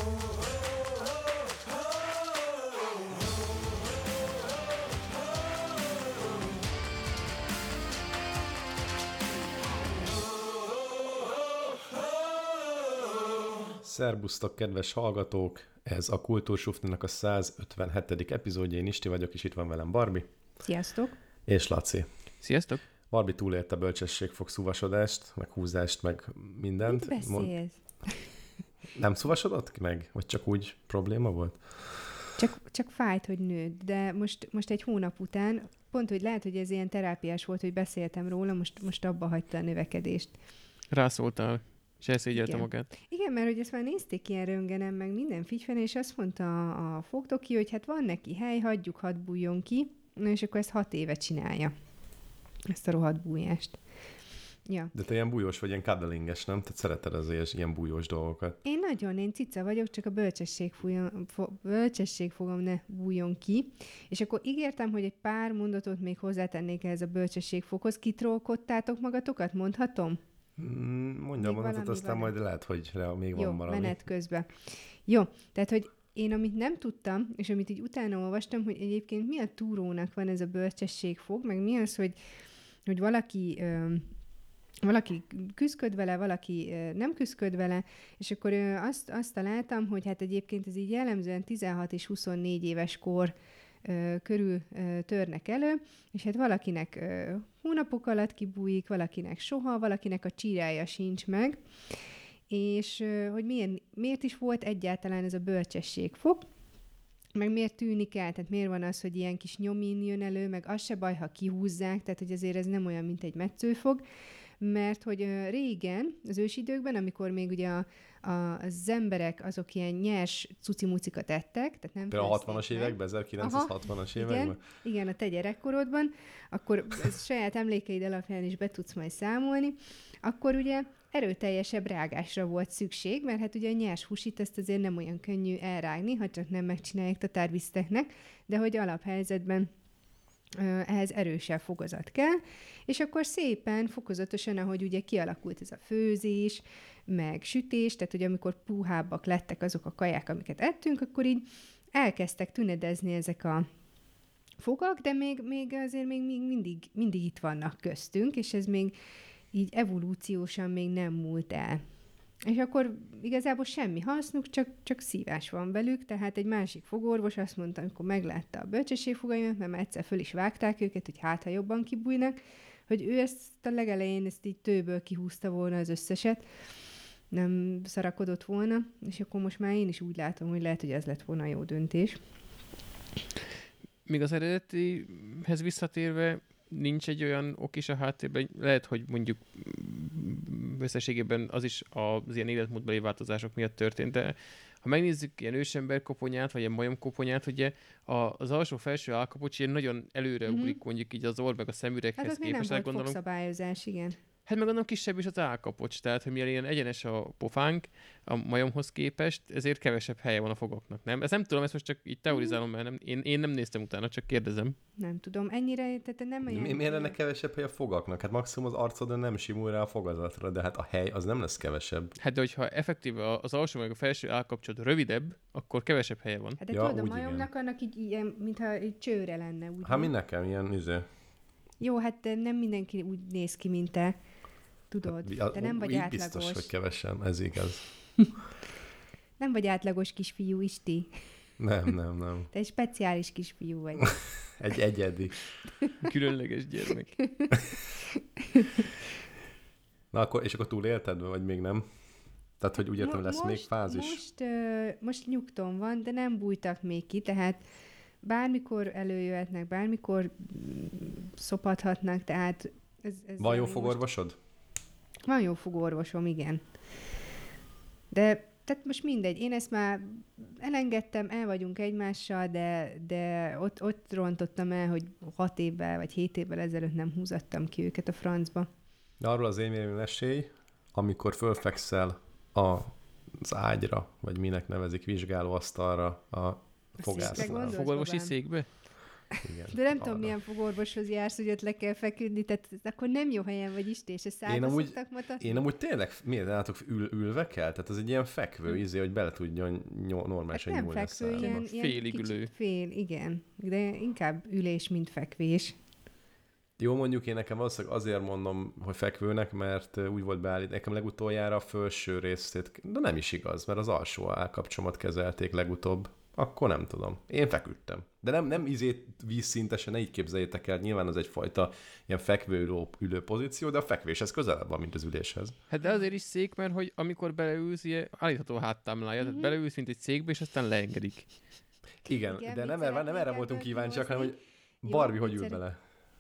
Szerbusztok, kedves hallgatók! Ez a Kultúrsufninak a 157. epizódja. Én Isti vagyok, és itt van velem Barbi. Sziasztok! És Laci. Sziasztok! Barbi túlélte a bölcsességfok szuvasodást, meg húzást, meg mindent. Mit beszélsz? Nem szuvasodott meg? Vagy csak úgy probléma volt? Csak fájt, hogy nőtt, de most egy hónap után, pont, hogy lehet, hogy ez ilyen terápiás volt, hogy beszéltem róla, most abba hagyta a növekedést. Rászóltál, és elszégyelte magát. Igen, mert hogy ezt már nézték ilyen röntgenen, meg minden figyfene, és azt mondta a fogdoki, hogy hát van neki hely, hagyjuk, hadd bújjon ki, na és akkor ezt 6 éve csinálja, ezt a rohadt bújást. Ja. De te ilyen bújós vagy, ilyen cuddlinges, nem? Tehát szereted azért ilyen bújós dolgokat. Én cica vagyok, csak a bölcsességfogam ne bújjon ki. És akkor ígértem, hogy egy pár mondatot még hozzátennék ehhez a bölcsességfokhoz. Kitrollkodtátok magatokat? Mondhatom? Mondja a mondatot, aztán majd lehet, hogy még van valami. Jó, menet közben. Jó, tehát, hogy én amit nem tudtam, és amit így utána olvastam, hogy egyébként mi a túrónak van ez a bölcsességfog, meg mi az, hogy valaki küszköd vele, valaki nem küszköd vele, és akkor azt találtam, hogy hát egyébként ez így jellemzően 16 és 24 éves kor körül törnek elő, és hát valakinek hónapok alatt kibújik, valakinek soha, valakinek a csírája sincs meg, és hogy miért is volt egyáltalán ez a bölcsességfok, meg miért tűnik el, tehát miért van az, hogy ilyen kis nyomin jön elő, meg az se baj, ha kihúzzák, tehát hogy azért ez nem olyan, mint egy metszőfog, mert hogy régen, az ősidőkben, amikor még ugye az emberek azok ilyen nyers cucimucikat ettek, tehát nem például a 60-as években, 1960-as években? Igen, a te gyerekkorodban, akkor saját emlékeid alapján is be tudsz majd számolni, akkor ugye erőteljesebb rágásra volt szükség, mert hát ugye a nyers húsit ezt azért nem olyan könnyű elrágni, ha csak nem megcsinálják tatárviszteknek, de hogy alaphelyzetben ehhez erősebb fokozat kell, és akkor szépen, fokozatosan, ahogy ugye kialakult ez a főzés, meg sütés, tehát hogy amikor puhábbak lettek azok a kaják, amiket ettünk, akkor így elkezdtek tünedezni ezek a fogak, de még azért még mindig itt vannak köztünk, és ez még így evolúciósan még nem múlt el. És akkor igazából semmi hasznuk, csak szívás van velük, tehát egy másik fogorvos azt mondta, amikor meglátta a bölcsességfogaimat, mert már egyszer föl is vágták őket, hogy hát, ha jobban kibújnak, hogy ő ezt a legelején ezt így tőből kihúzta volna az összeset, nem szarakodott volna, és akkor most már én is úgy látom, hogy lehet, hogy ez lett volna a jó döntés. Még az eredetihez visszatérve, nincs egy olyan ok is a háttérben, lehet, hogy mondjuk összességében az is az ilyen életmódbeli változások miatt történt, de ha megnézzük ilyen ősember koponyát, vagy ilyen majom koponyát, ugye az alsó-felső állkapocs ilyen nagyon előre ugrik, mondjuk így az orr meg a szemüreghez hát képest. Hát nem volt fogszabályozás, igen. Hát meg gondolom kisebb is az állkapocs, tehát hogy milyen ilyen egyenes a pofánk a majomhoz képest, ezért kevesebb helye van a fogoknak, nem? Ezt nem tudom, ezt most csak így teorizálom, mert én nem néztem utána, csak kérdezem. Nem tudom, ennyire, tehát nem olyan... Miért lenne kevesebb hely a fogaknak? Hát maximum az arcodon nem simul rá a fogazatra, de hát a hely az nem lesz kevesebb. Hát de hogyha effektíve az alsó meg a felső állkapcsolat rövidebb, akkor kevesebb helye van. Hát de tudod, a majomnak annak így ilyen, mintha egy csőre lenne. Úgy hát mi nekem ilyen Jó, hát nem mindenki úgy néz ki, mint te. Tudod, te nem vagy átlagos. Biztos, hogy kevesen, ez igaz. Nem vagy átlagos kisfiú, Isti. Nem. Te egy speciális kisfiú vagy. Egy egyedi. Különleges gyermek. Na akkor, és akkor túlélted, vagy még nem? Tehát, hogy úgy értem, lesz még fázis? Most nyugton van, de nem bújtak még ki, tehát bármikor előjöhetnek, bármikor szopadhatnak, tehát ez van jó fogorvosod? Van jó fogorvosom, igen. De tehát most mindegy, én ezt már elengedtem, el vagyunk egymással, de ott rontottam el, hogy 6 évvel vagy 7 évvel ezelőtt nem húzattam ki őket a francba. De arról az élmény mesélj, amikor fölfekszel az ágyra, vagy minek nevezik, vizsgálóasztalra a fogásznál. A fogorvosi székbe? Igen. De nem tudom, milyen fogorvoshoz jársz, hogy ott le kell feküdni, tehát akkor nem jó helyen vagy istés, és szállba szoktak mutatni. Én amúgy tényleg, miért látok, ülve kell? Tehát az egy ilyen fekvő izé, hogy bele tudjon normálisan hát nyúlni a fekvő, szállba. ilyen félig ülő. Fél, igen. De inkább ülés, mint fekvés. Jó, mondjuk én nekem valószínűleg azért mondom, hogy fekvőnek, mert úgy volt beállít. Nekem legutoljára a felső részét, de nem is igaz, mert az alsó állkapcsomat kezelték legutóbb. Akkor nem tudom. Én feküdtem. De nem vízszintesen, ne így képzeljétek el, nyilván az egyfajta ilyen fekvő ülő pozíció, de a fekvéshez közelebb van, mint az üléshez. Hát de azért is szék, mert hogy amikor beleülsz, ilyen állítható háttámlája, tehát beleülsz, mint egy székbe, és aztán leengedik. Igen, de nem erre voltunk kíváncsiak, hanem hogy Jó, Barbie hogy ül bele.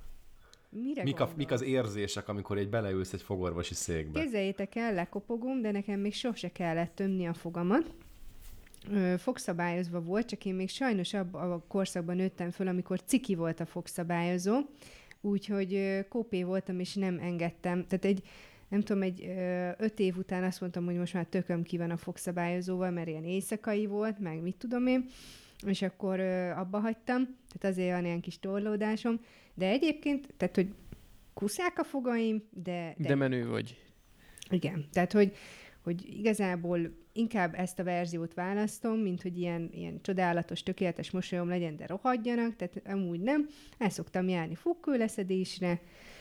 Mire Mik az érzések, amikor beleülsz egy fogorvosi székbe? Képzeljétek el, lekopogom, de nekem még sose kellett tömni a fogamat. Fogszabályozva volt, csak én még sajnos abban a korszakban nőttem föl, amikor ciki volt a fogszabályozó, úgyhogy kópé voltam, és nem engedtem. Tehát nem tudom, 5 év után azt mondtam, hogy most már tököm ki van a fogszabályozóval, mert ilyen éjszakai volt, meg mit tudom én, és akkor abba hagytam, tehát azért van ilyen kis torlódásom, de egyébként, tehát, hogy kuszák a fogaim, de menő vagy. Igen, tehát, hogy igazából inkább ezt a verziót választom, mint hogy ilyen csodálatos, tökéletes mosolyom legyen, de rohadjanak, tehát amúgy nem. El szoktam járni fogkőleszedésre,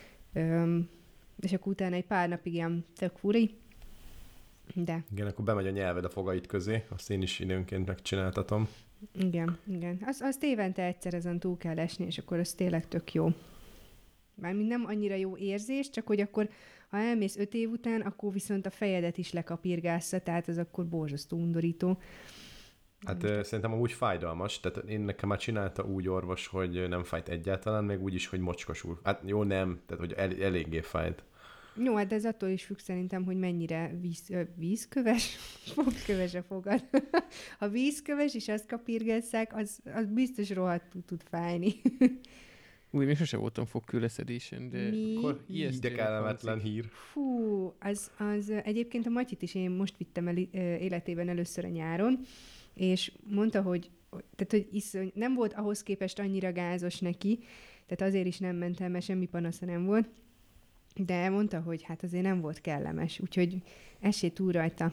és akkor utána egy pár napig ilyen tök furi, de... Igen, akkor bemegy a nyelved a fogait közé, azt én is időnként megcsináltatom. Igen. Azt évente egyszer ezen túl kell esni, és akkor az tényleg tök jó. Mármint nem annyira jó érzés, csak hogy akkor, ha elmész 5 év után, akkor viszont a fejedet is lekapirgásza, tehát az akkor borzasztó undorító. Hát szerintem amúgy fájdalmas, tehát én nekem már csinálta úgy orvos, hogy nem fájt egyáltalán, meg úgy is, hogy mocskosul. Hát jó, nem, tehát hogy eléggé fájt. Jó, hát ez attól is függ szerintem, hogy mennyire vízköves, fogköves a fogad. Ha vízköves, és azt kapirgásszák, az biztos rohadtul tud fájni. Úgy, még sose voltam fogkőleszedésen, de... Mi? Akkor ide kellemetlen hír. Fú, az egyébként a Matyit is én most vittem el életében először a nyáron, és mondta, hogy nem volt ahhoz képest annyira gázos neki, tehát azért is nem mentem, mert semmi panasza nem volt, de mondta, hogy hát azért nem volt kellemes, úgyhogy esély túl rajta.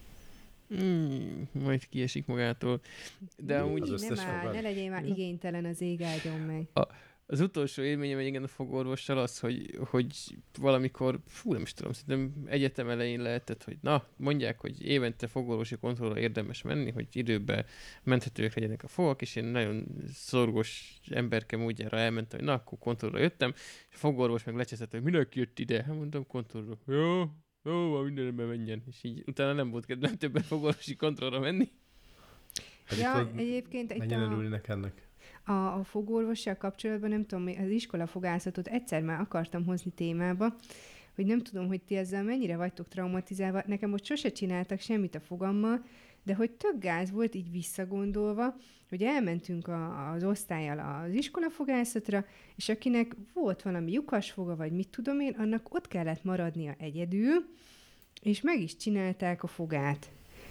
Majd kiesik magától. De amúgy... Ne legyél már igénytelen, az ég áldjon meg. Az utolsó élményem igen a fogorvossal az, hogy valamikor, nem is tudom, szerintem egyetem elején lehetett, hogy mondják, hogy évente fogorvosi kontrollra érdemes menni, hogy időben menthetőek legyenek a fogak, és én nagyon szorgos emberke módjára elmentem, hogy akkor kontrollra jöttem, és a fogorvos meg lecseszett, hogy minek jött ide? Hát mondtam, kontrollra. Jó, van mindenben menjen. És így utána nem volt kedvem többen fogorvosi kontrollra menni. Egyébként menjen örülnek ennek. A fogorvossal kapcsolatban nem tudom, az iskolafogászatot egyszer már akartam hozni témába, hogy nem tudom, hogy ti ezzel mennyire vagytok traumatizálva. Nekem most sose csináltak semmit a fogammal, de hogy tök gáz volt így visszagondolva, hogy elmentünk az osztállyal az iskolafogászatra, és akinek volt valami lyukas foga, vagy mit tudom én, annak ott kellett maradnia egyedül, és meg is csinálták a fogát.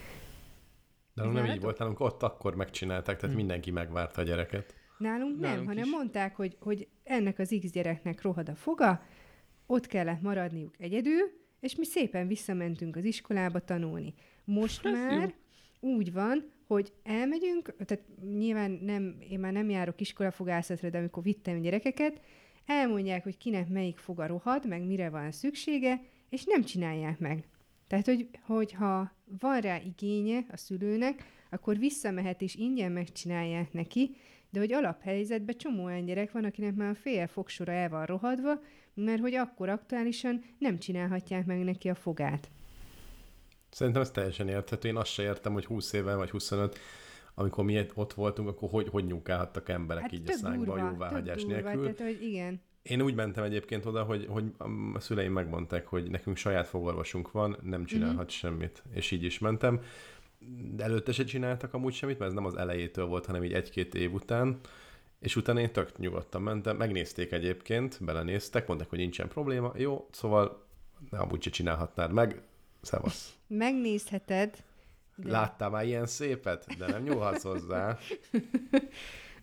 De nem így volt, nálunk ott akkor megcsinálták, tehát mindenki megvárta a gyereket. Nálunk nem, hanem mondták, hogy ennek az X gyereknek rohad a foga, ott kellett maradniuk egyedül, és mi szépen visszamentünk az iskolába tanulni. Most már úgy van, hogy elmegyünk, tehát nyilván én már nem járok iskolafogászatra, de amikor vittem gyerekeket, elmondják, hogy kinek melyik foga rohad, meg mire van szüksége, és nem csinálják meg. Tehát, hogyha van rá igénye a szülőnek, akkor visszamehet és ingyen megcsinálják neki, de hogy alaphelyzetben csomó olyan gyerek van, akinek már a fél fogsora el van rohadva, mert hogy akkor aktuálisan nem csinálhatják meg neki a fogát. Szerintem ez teljesen érthető. Én azt se értem, hogy 20 éve vagy 25, amikor mi ott voltunk, akkor hogy nyúkálhattak emberek így a szánkba a jóváhagyás nélkül. Tehát, hogy igen. Én úgy mentem egyébként oda, hogy a szüleim megmondták, hogy nekünk saját fogorvosunk van, nem csinálhat semmit. És így is mentem. De előtte se csináltak amúgy semmit, mert ez nem az elejétől volt, hanem így 1-2 év után. És utána én tök nyugodtan mentem. Megnézték egyébként, belenéztek, mondták, hogy nincsen probléma. Jó, szóval amúgy se csinálhatnád meg. Szevasz. Megnézheted. De... Láttál már ilyen szépet? De nem nyúlhatsz hozzá.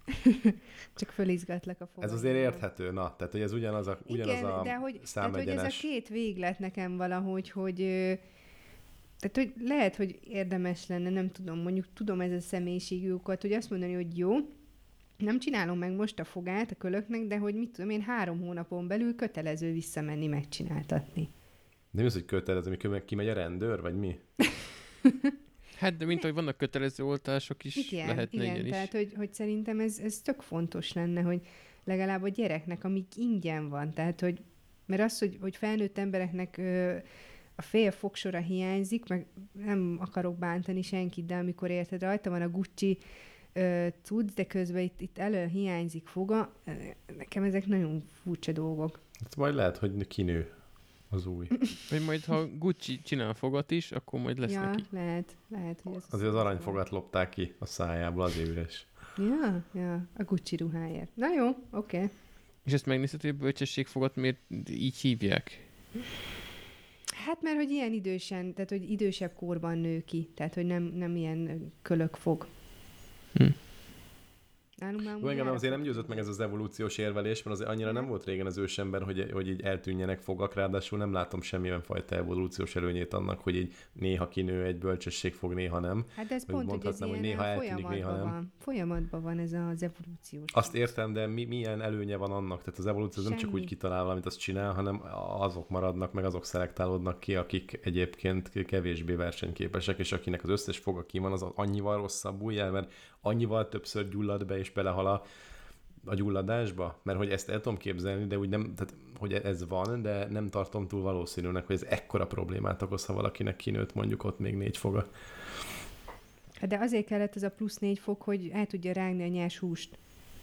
Csak fölizgatlak a fogaim. Ez azért érthető, na, tehát hogy ez ugyanaz a Igen, de hogy, tehát, hogy ez a két véglet nekem valahogy, hogy tehát, hogy lehet, hogy érdemes lenne, nem tudom, mondjuk tudom ez a személyiségi okat, hogy azt mondani, hogy jó, nem csinálom meg most a fogát a kölöknek, de hogy mit tudom én, 3 hónapon belül kötelező visszamenni, megcsináltatni. Nem az, hogy kötelező, amikor kimegy a rendőr, vagy mi? Hát, de mint hogy vannak kötelező oltások is, igen, lehetne igen, ilyen tehát, is. hogy szerintem ez tök fontos lenne, hogy legalább a gyereknek, amíg ingyen van, tehát, hogy mert az, hogy felnőtt embereknek a fél fogsora hiányzik, meg nem akarok bántani senkit, de amikor érted, rajta van a Gucci cucc, de közben itt elő hiányzik foga, nekem ezek nagyon furcsa dolgok. Hát majd lehet, hogy kinő az új. Vagy majd, ha Gucci csinál fogat is, akkor majd lesz neki. Lehet, hogy ez Azért az aranyfogat lopták ki a szájából, azért üres. Ja, a Gucci ruháért. Na jó, oké. És ezt megnézted, hogy a bölcsességfogat miért így hívják? Hát mert, hogy ilyen idősen, tehát, hogy idősebb korban nő ki, tehát, hogy nem ilyen kölök fog. Jó, engem azért nem győzött meg ez az evolúciós érvelés, mert azért annyira nem volt régen az ősember, hogy így eltűnjenek fogak, ráadásul nem látom semmilyen fajta evolúciós előnyét annak, hogy így néha kinő egy bölcsességfog, néha nem. Hát de ez pont, hogy ez hogy néha eltűnik, néha nem. Van. Folyamatban van ez az evolúciós. Azt értem, de milyen előnye van annak? Tehát az evolúció nem csak úgy kitalál valamit, azt csinál, hanem azok maradnak, meg azok szelektálódnak ki, akik egyébként kevésbé versenyképesek, és akinek az összes foga ki van, az annyival rosszabbul jel, mert annyival többször gyullad be, és belehal a gyulladásba, mert hogy ezt el tudom képzelni, de úgy nem, tehát hogy ez van, de nem tartom túl valószínűnek, hogy ez ekkora problémát okoz, ha valakinek kinőtt mondjuk ott még 4 foga. Hát de azért kellett ez a plusz 4 fok, hogy el tudja rágni a nyers húst.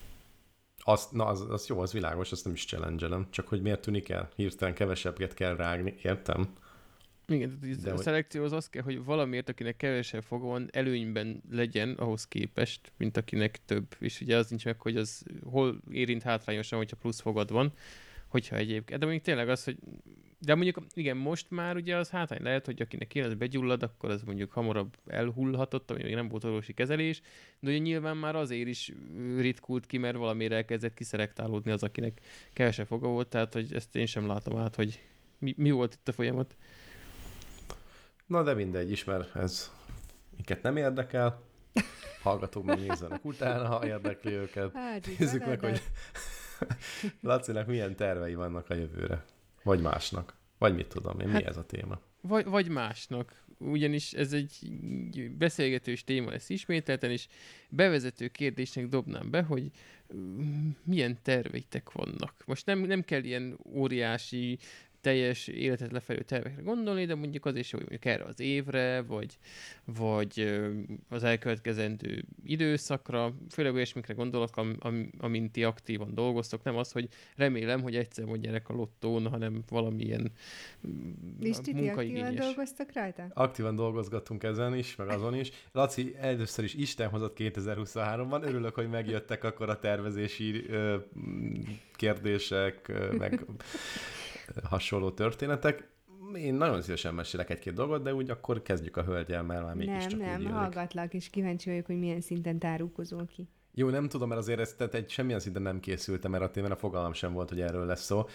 Az jó, az világos, azt nem is challenge-elem, csak hogy miért tűnik el? Hirtelen kevesebbet kell rágni, értem? Igen, de a szelekció az kell, hogy valamiért, akinek kevesebb foga van, előnyben legyen ahhoz képest, mint akinek több. És ugye az nincs meg, hogy az hol érint hátrányosan, hogyha plusz fogad van, hogyha egyébként. De mondjuk tényleg az, hogy... De mondjuk, igen, most már ugye az hátrány lehet, hogy akinek az begyullad, akkor az mondjuk hamarabb elhullhatott, ami még nem volt orvosi kezelés, de ugye nyilván már azért is ritkult ki, mert valamire elkezdett kiszelektálódni az, akinek kevesebb foga volt, tehát hogy ezt én sem látom át, hogy mi volt itt a folyamat. Na de mindegy is, mert ez minket nem érdekel. Hallgatók meg nézzenek utána, ha érdekli őket. Nézzük meg, hogy Lacinak milyen tervei vannak a jövőre. Vagy másnak. Vagy mit tudom én, mi ez a téma? Vagy másnak. Ugyanis ez egy beszélgetős téma lesz ismételten, és bevezető kérdésnek dobnám be, hogy milyen terveitek vannak. Most nem kell ilyen óriási teljes életet lefelő tervekre gondolni, de mondjuk az is, hogy mondjuk erre az évre, vagy az elkövetkezendő időszakra, főleg olyasmikre gondolok, amint ti aktívan dolgoztok, nem az, hogy remélem, hogy egyszer mondják a lottón, hanem valamilyen munkaigényes. Aktívan dolgoztak rajta? Aktívan dolgozgattunk ezen is, meg azon is. Laci, először is Isten hozott 2023-ban, örülök, hogy megjöttek akkor a tervezési kérdések, meg hasonló történetek. Én nagyon szívesen mesélek 1-2 dolgot, de úgy akkor kezdjük a hölgyel, mert már mégiscsak Nem, hallgatlak, és kíváncsi vagyok, hogy milyen szinten tárulkozol ki. Jó, nem tudom, mert azért ezt semmilyen szinten nem készültem, mert a témára fogalmam sem volt, hogy erről lesz szó.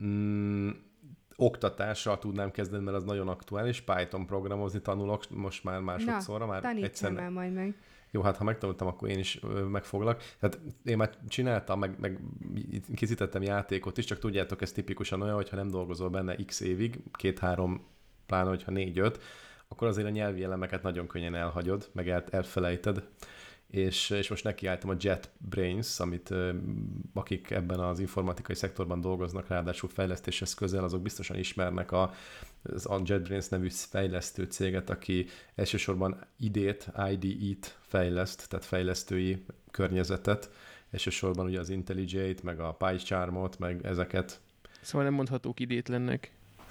Oktatással tudnám kezdeni, mert az nagyon aktuális. Python programozni tanulok most már másodszorra. Már tanítsam majd meg. Jó, hát ha megtanultam, akkor én is megfoglak. Tehát én már csináltam, meg készítettem játékot is, csak tudjátok, ez tipikusan olyan, hogyha nem dolgozol benne x évig, 2-3, pláne, hogyha 4-5, akkor azért a nyelvi elemeket nagyon könnyen elhagyod, meg elfelejted. És most nekiálltam a JetBrains, amit akik ebben az informatikai szektorban dolgoznak, ráadásul fejlesztéshez közel, azok biztosan ismernek a JetBrains nevű fejlesztő céget, aki elsősorban IDE-t fejleszt, tehát fejlesztői környezetet, elsősorban ugye az IntelliJ-t, meg a PyCharm-ot, meg ezeket. Szóval nem mondhatók idétlennek.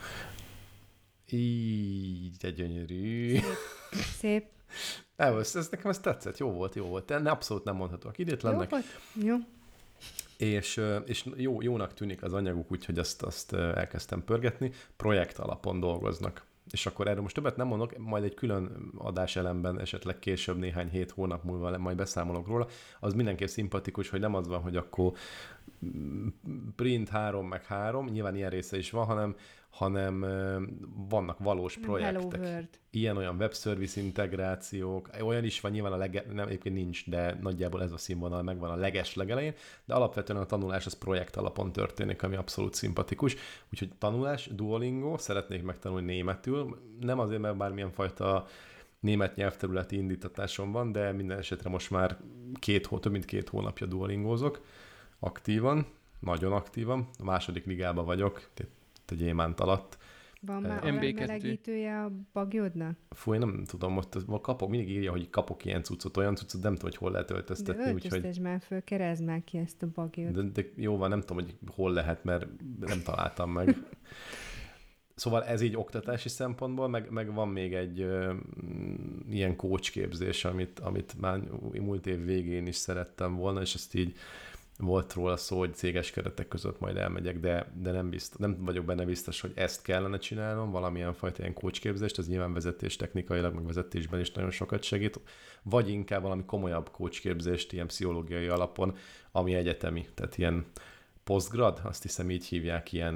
Így, de gyönyörű. Szép. Nekem ez tetszett, jó volt. Abszolút nem mondhatóak idétlennek. Jó. És jónak tűnik az anyaguk, úgyhogy azt elkezdtem pörgetni. Projekt alapon dolgoznak. És akkor erről most többet nem mondok, majd egy külön adáselemben, esetleg később néhány hónap múlva majd beszámolok róla. Az mindenképp szimpatikus, hogy nem az van, hogy akkor print 3 meg 3, nyilván ilyen része is van, hanem vannak valós projektek. Ilyen-olyan webservice integrációk, olyan is van, nyilván nem, egyébként nincs, de nagyjából ez a színvonal megvan a legelején, de alapvetően a tanulás az projekt alapon történik, ami abszolút szimpatikus. Úgyhogy tanulás, Duolingo, szeretnék megtanulni németül, nem azért, mert bármilyen fajta német nyelvterületi indítatásom van, de minden esetre most már több mint 2 hónapja duolingózok, aktívan, nagyon aktívan, a második ligában vagyok, egy gyémánt alatt. Van már olyan melegítője a bagyodnak? Fú, én nem tudom, kapok, mindig írja, hogy kapok ilyen cuccot, olyan cuccot, nem tudom, hogy hol lehet öltöztetni. De öltöztes már föl, kerezd már ki ezt a bagyot. De jó van, nem tudom, hogy hol lehet, mert nem találtam meg. Szóval ez így oktatási szempontból, meg van még egy ilyen coach képzés, amit már múlt év végén is szerettem volna, és ezt így volt róla szó, hogy céges keretek között majd elmegyek, de nem vagyok benne biztos, hogy ezt kellene csinálnom, valamilyen fajta ilyen coach képzést, ez nyilván vezetés technikailag, meg vezetésben is nagyon sokat segít, vagy inkább valami komolyabb coach képzést, ilyen pszichológiai alapon, ami egyetemi, tehát ilyen postgrad, azt hiszem így hívják, ilyen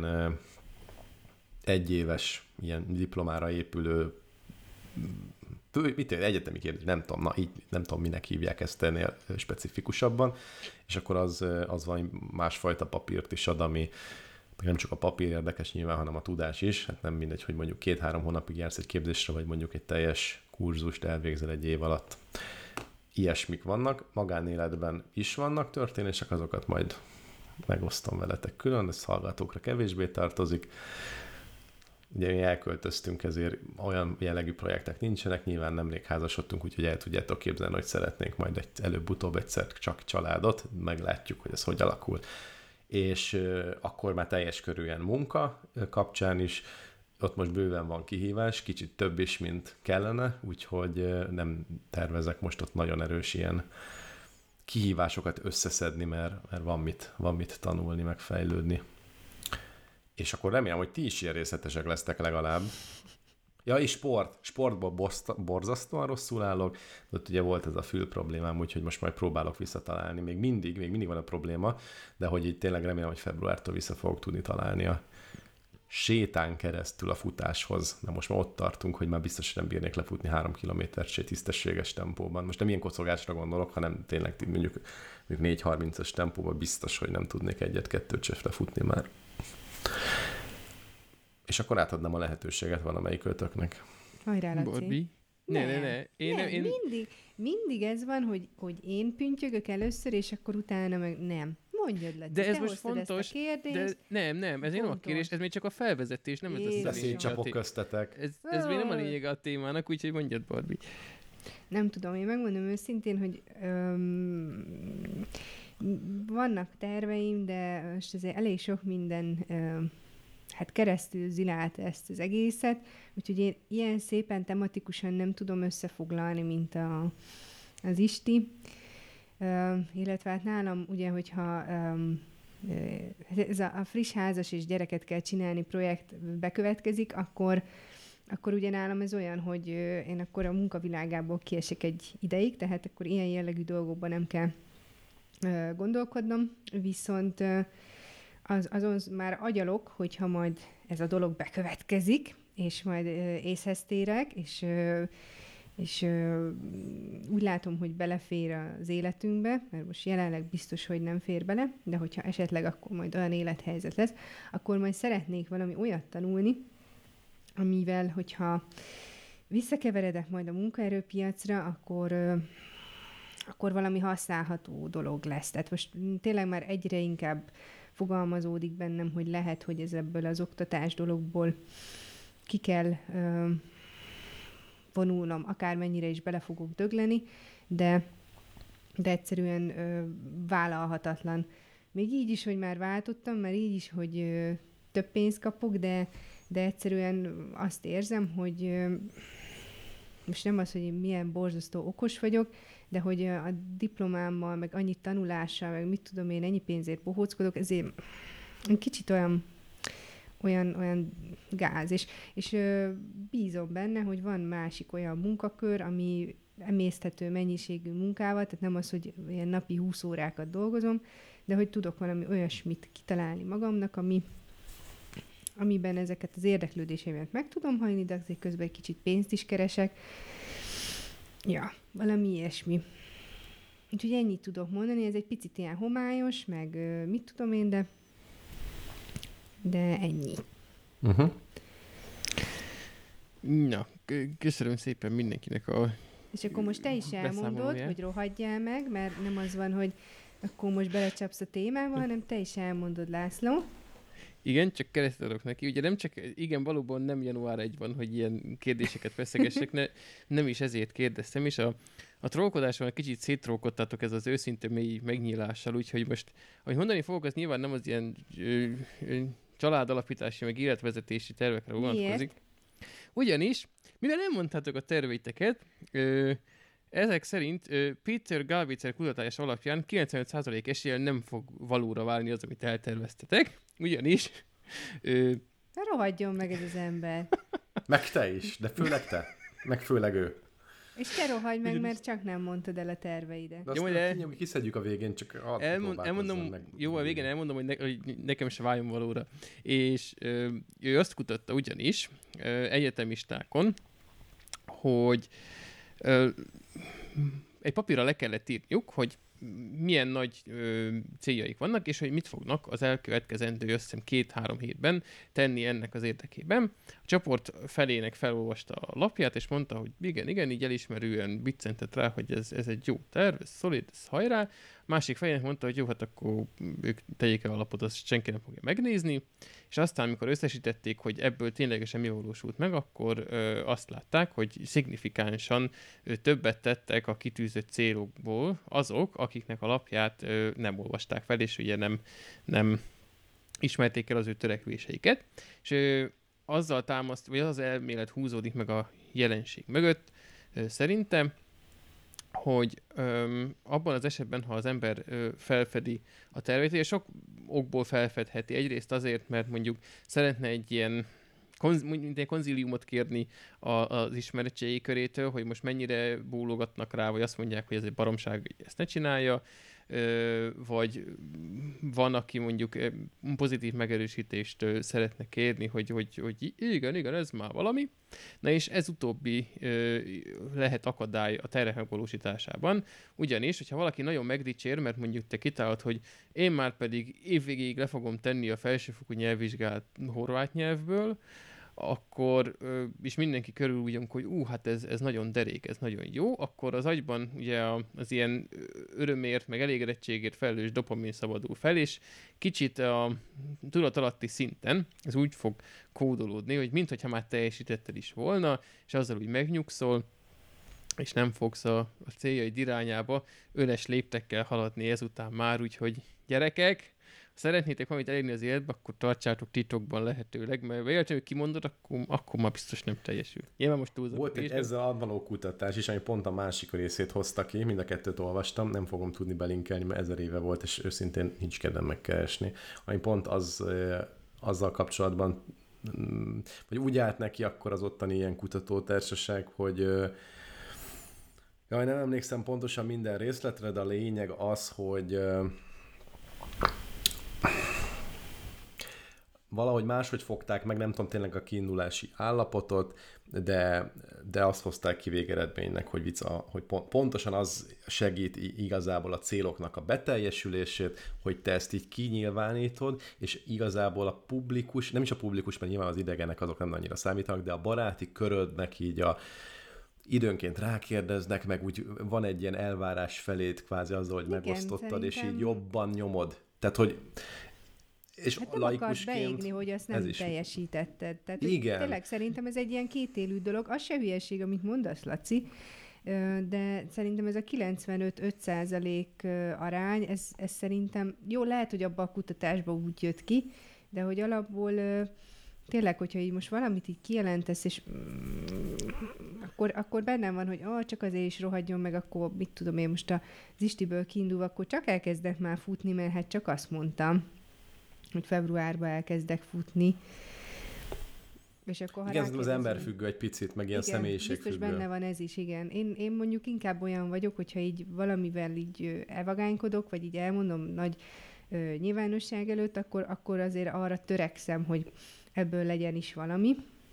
egyéves, ilyen diplomára épülő egyetemi képzés, nem tudom, minek hívják ezt ennél specifikusabban, és akkor az valami másfajta papírt is ad, ami nem csak a papír érdekes nyilván, hanem a tudás is. Hát nem mindegy, hogy mondjuk 2-3 hónapig jársz egy képzésre, vagy mondjuk egy teljes kurzust elvégzel egy év alatt. Ilyesmik vannak, magánéletben is vannak történések, azokat majd megosztom veletek külön, ez hallgatókra kevésbé tartozik. Ugye mi elköltöztünk, ezért olyan jellegű projektek nincsenek, nyilván nemrég házasodtunk, úgyhogy el tudjátok képzelni, hogy szeretnénk majd előbb-utóbb egyszer csak családot, meglátjuk, hogy ez hogy alakul. És akkor már teljes körűen munka kapcsán is, ott most bőven van kihívás, kicsit több is, mint kellene, úgyhogy nem tervezek most ott nagyon erős ilyen kihívásokat összeszedni, mert van mit tanulni, meg fejlődni. És akkor remélem, hogy ti is ilyen részletesek lesztek legalább. Ja, és sportból borzasztóan rosszul állok, de ott ugye volt ez a fül problémám, úgyhogy most majd próbálok visszatalálni. Még mindig van a probléma, de hogy így tényleg remélem, hogy februártól vissza fogok tudni találni a sétán keresztül a futáshoz. Na most már ott tartunk, hogy már biztos nem bírnék lefutni 3 kilométert tisztességes tempóban. Most nem ilyen kocogásra gondolok, hanem tényleg mondjuk 4:30-as tempóban biztos, hogy nem tudnék 1-2 se lefutni már. És akkor átadnám a lehetőséget valamelyikőtöknek. Hajrá, Laci. Barbie? Ne. Én... Mindig ez van, hogy én püntyögök először, és akkor utána meg nem. Mondjad, Laci, de ez most fontos, de nem, ez nem a kérés, ez még csak a felvezetés, nem ez a beszédcsapok köztetek. Ez még nem a lényege a témának, úgyhogy mondjad, Barbie. Nem tudom, én megmondom őszintén, hogy vannak terveim, de most azért elég sok minden keresztül zilált ezt az egészet, úgyhogy én ilyen szépen tematikusan nem tudom összefoglalni, mint az Isti. Illetve hát nálam ugye, hogyha ez a friss házas és gyereket kell csinálni projekt bekövetkezik, akkor ugye nálam ez olyan, hogy én akkor a munkavilágából kiesek egy ideig, tehát akkor ilyen jellegű dolgokban nem kell gondolkodnom, viszont azon már agyalok, hogyha majd ez a dolog bekövetkezik, és majd észhez térek, és úgy látom, hogy belefér az életünkbe, mert most jelenleg biztos, hogy nem fér bele, de hogyha esetleg akkor majd olyan élethelyzet lesz, akkor majd szeretnék valami olyat tanulni, amivel, hogyha visszakeveredek majd a munkaerőpiacra, akkor valami használható dolog lesz. Tehát most tényleg már egyre inkább fogalmazódik bennem, hogy lehet, hogy ez ebből az oktatás dologból ki kell vonulnom, akármennyire is bele fogok dögleni, de egyszerűen vállalhatatlan. Még így is, hogy már váltottam, már így is, hogy több pénzt kapok, de egyszerűen azt érzem, hogy most nem az, hogy én milyen borzasztó okos vagyok, de hogy a diplomámmal, meg annyi tanulással, meg mit tudom én, ennyi pénzért bohóckodok, ezért kicsit olyan gáz. És bízom benne, hogy van másik olyan munkakör, ami emészthető mennyiségű munkával, tehát nem az, hogy ilyen napi 20 órákat dolgozom, de hogy tudok valami olyasmit kitalálni magamnak, amiben ezeket az érdeklődéseimet meg tudom hajni, de azért közben egy kicsit pénzt is keresek. Ja, valami ilyesmi. Úgyhogy ennyit tudok mondani, ez egy picit ilyen homályos, meg mit tudom én, de ennyi. Uh-huh. Na, köszönöm szépen mindenkinek a És akkor most te is elmondod, hogy rohadjál meg, mert nem az van, hogy akkor most belecsapsz a témába, hanem te is elmondod, László. Igen, csak keresztet adok neki. Ugye nem csak, igen, valóban nem január 1 van, hogy ilyen kérdéseket feszegessek, nem is ezért kérdeztem, és a trollkodáson egy kicsit széttrókodtátok ez az őszinte mély megnyílással, úgyhogy most, ahogy mondani fogok, az nyilván nem az ilyen családalapítási, meg életvezetési tervekre vonatkozik. Ugyanis, mivel nem mondtátok a terveiteket, ezek szerint Peter Galvicer kutatás alapján 95% eséllyel nem fog valóra válni az, amit elterveztetek. Ugyanis... Ne rohadjon meg ez az ember. Meg te is, de főleg te. Meg főleg ő. És te rohagy meg, mert csak nem mondtad el a terveidet. De aztán kiszedjük a végén, csak elmondom, meg. Jó, a végén elmondom, hogy nekem se váljon valóra. És ő azt kutatta ugyanis egyetemistákon, hogy egy papírra le kellett írniuk, hogy milyen nagy céljaik vannak, és hogy mit fognak az elkövetkezendő, azt hiszem 2-3 hétben tenni ennek az érdekében. A csoport felének felolvasta a lapját, és mondta, hogy igen, így elismerően biccentett rá, hogy ez egy jó terv, ez szolid, ez hajrá. Másik felének mondta, hogy jó, hát akkor ők tegyék el a lapot, azt senki nem fogja megnézni. És aztán, amikor összesítették, hogy ebből ténylegesen mi valósult meg, akkor azt látták, hogy szignifikánsan többet tettek a kitűzött célokból azok, akiknek a lapját nem olvasták fel, és ugye nem ismerték el az ő törekvéseiket. És azzal támaszt, vagy az elmélet húzódik meg a jelenség mögött, szerintem, hogy abban az esetben, ha az ember felfedi a tervét, és sok okból felfedheti. Egyrészt azért, mert mondjuk szeretne egy ilyen konzíliumot kérni az ismeretségi körétől, hogy most mennyire bólogatnak rá, vagy azt mondják, hogy ez egy baromság, hogy ezt ne csinálja, vagy van, aki mondjuk pozitív megerősítést szeretne kérni, hogy igen, ez már valami. Na és ez utóbbi lehet akadály a tervek megvalósításában, ugyanis, hogyha valaki nagyon megdicsér, mert mondjuk te kitálod, hogy én már pedig évvégéig le fogom tenni a felsőfokú nyelvvizsgát horvát nyelvből, akkor, és mindenki körül ugyan, hogy hát ez nagyon derék, ez nagyon jó, akkor az agyban ugye az ilyen örömért, meg elégedettségért felelős dopamin szabadul fel, és kicsit a tudatalatti szinten ez úgy fog kódolódni, hogy minthogyha már teljesítetted is volna, és azzal úgy megnyugszol, és nem fogsz a céljaid irányába öles léptekkel haladni ezután már, úgyhogy gyerekek, szeretnétek valamit elérni az életbe, akkor tartsátok titokban lehetőleg, mert véletlenül kimondod, akkor már biztos nem teljesül. Nyilván most túlzom. Volt egy ezzel való kutatás is, ami pont a másik részét hozta ki, mind a kettőt olvastam, nem fogom tudni belinkelni, mert 1000 éve volt, és őszintén nincs kedvem megkeresni. Ami pont azzal kapcsolatban, vagy úgy állt neki akkor az ottani ilyen kutatótársaság, hogy nem emlékszem pontosan minden részletre, de a lényeg az, hogy valahogy máshogy fogták meg, nem tudom tényleg a kiindulási állapotot, de azt hozták ki végeredménynek, hogy pontosan az segít igazából a céloknak a beteljesülését, hogy te ezt így kinyilvánítod, és igazából a publikus, nem is a publikus, mert nyilván az idegenek azok nem annyira számítanak, de a baráti körödnek így időnként rákérdeznek, meg úgy van egy ilyen elvárás felét kvázi azzal, hogy igen, megosztottad, szerintem... és így jobban nyomod. Tehát, hogy és hát nem akarsz beégni, hogy azt nem teljesítetted. Tehát igen. Tényleg szerintem ez egy ilyen kétélű dolog. Az se hülyeség, amit mondasz, Laci, de szerintem ez a 95-5% arány, ez szerintem jó, lehet, hogy abban a kutatásban úgy jött ki, de hogy alapból tényleg, hogyha így most valamit így kijelentesz, és akkor bennem van, hogy csak azért is rohadjon meg, akkor mit tudom én most az Istiből kiindulva, akkor csak elkezdek már futni, mert hát csak azt mondtam. hogy februárban elkezdek futni. És akkor, ha igen, az ember függő egy picit, meg ilyen személyiség biztos függő. benne van ez is, igen. Én mondjuk inkább olyan vagyok, hogyha így valamivel így elvagánykodok, vagy így elmondom nagy nyilvánosság előtt, akkor azért arra törekszem, hogy ebből legyen is valami.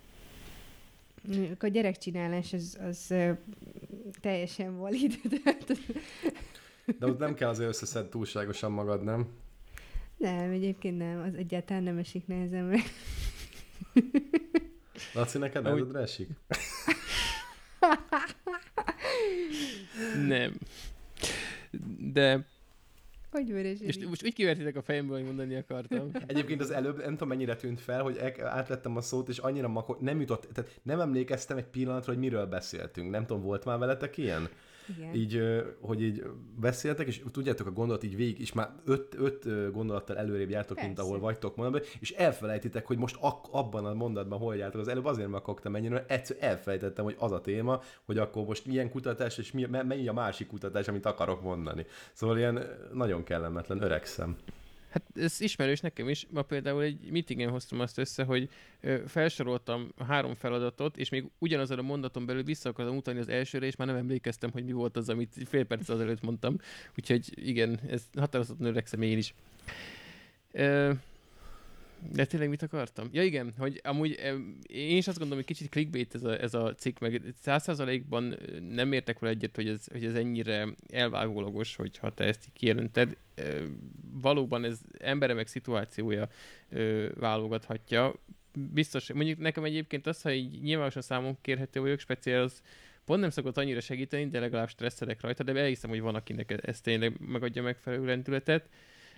A gyerekcsinálás az teljesen valid. De ott nem kell azért összeszed túlságosan magad, nem? Nem, egyébként nem. Az egyáltalán nem esik nehezemre. Laci, neked nehezedre esik? Nem. De... Hogy vörösödik? És most úgy kivertitek a fejemből, hogy mondani akartam. Egyébként az előbb, nem tudom mennyire tűnt fel, hogy átvettem a szót, és annyira nem jutott, tehát nem emlékeztem egy pillanatra, hogy miről beszéltünk. Nem tudom, volt már veletek ilyen? Igen. Így, hogy így beszéltek, és tudjátok a gondolat így végig, és már öt gondolattal előrébb jártok, mint ahol vagytok mondatban, és elfelejtitek, hogy most abban a mondatban hol jártok. Az előbb azért megkaktam ennyire, mert egyszer elfelejtettem, hogy az a téma, hogy akkor most milyen kutatás, és mennyi a másik kutatás, amit akarok mondani. Szóval ilyen nagyon kellemetlen, öregszem. Hát ez ismerős nekem is. Ma például egy meetingen hoztam azt össze, hogy felsoroltam 3 feladatot, és még ugyanazon a mondaton belül vissza akartam utalni az elsőre, és már nem emlékeztem, hogy mi volt az, amit fél perc azelőtt mondtam. Úgyhogy igen, ez határozottan öregszem én is. De tényleg mit akartam? Ja igen, hogy amúgy én is azt gondolom, hogy kicsit clickbait ez a cikk, meg 100%-ban nem értek vele egyet, hogy ez ennyire elvágólagos, hogyha te ezt kijelented. Valóban ez embere meg szituációja válogathatja. Biztos, mondjuk nekem egyébként az, ha így nyilvánosan számon kérhető vagyok, speciál az pont nem szokott annyira segíteni, de legalább stresszelek rajta, de elhiszem, hogy van, akinek ez tényleg megadja megfelelő lendületet.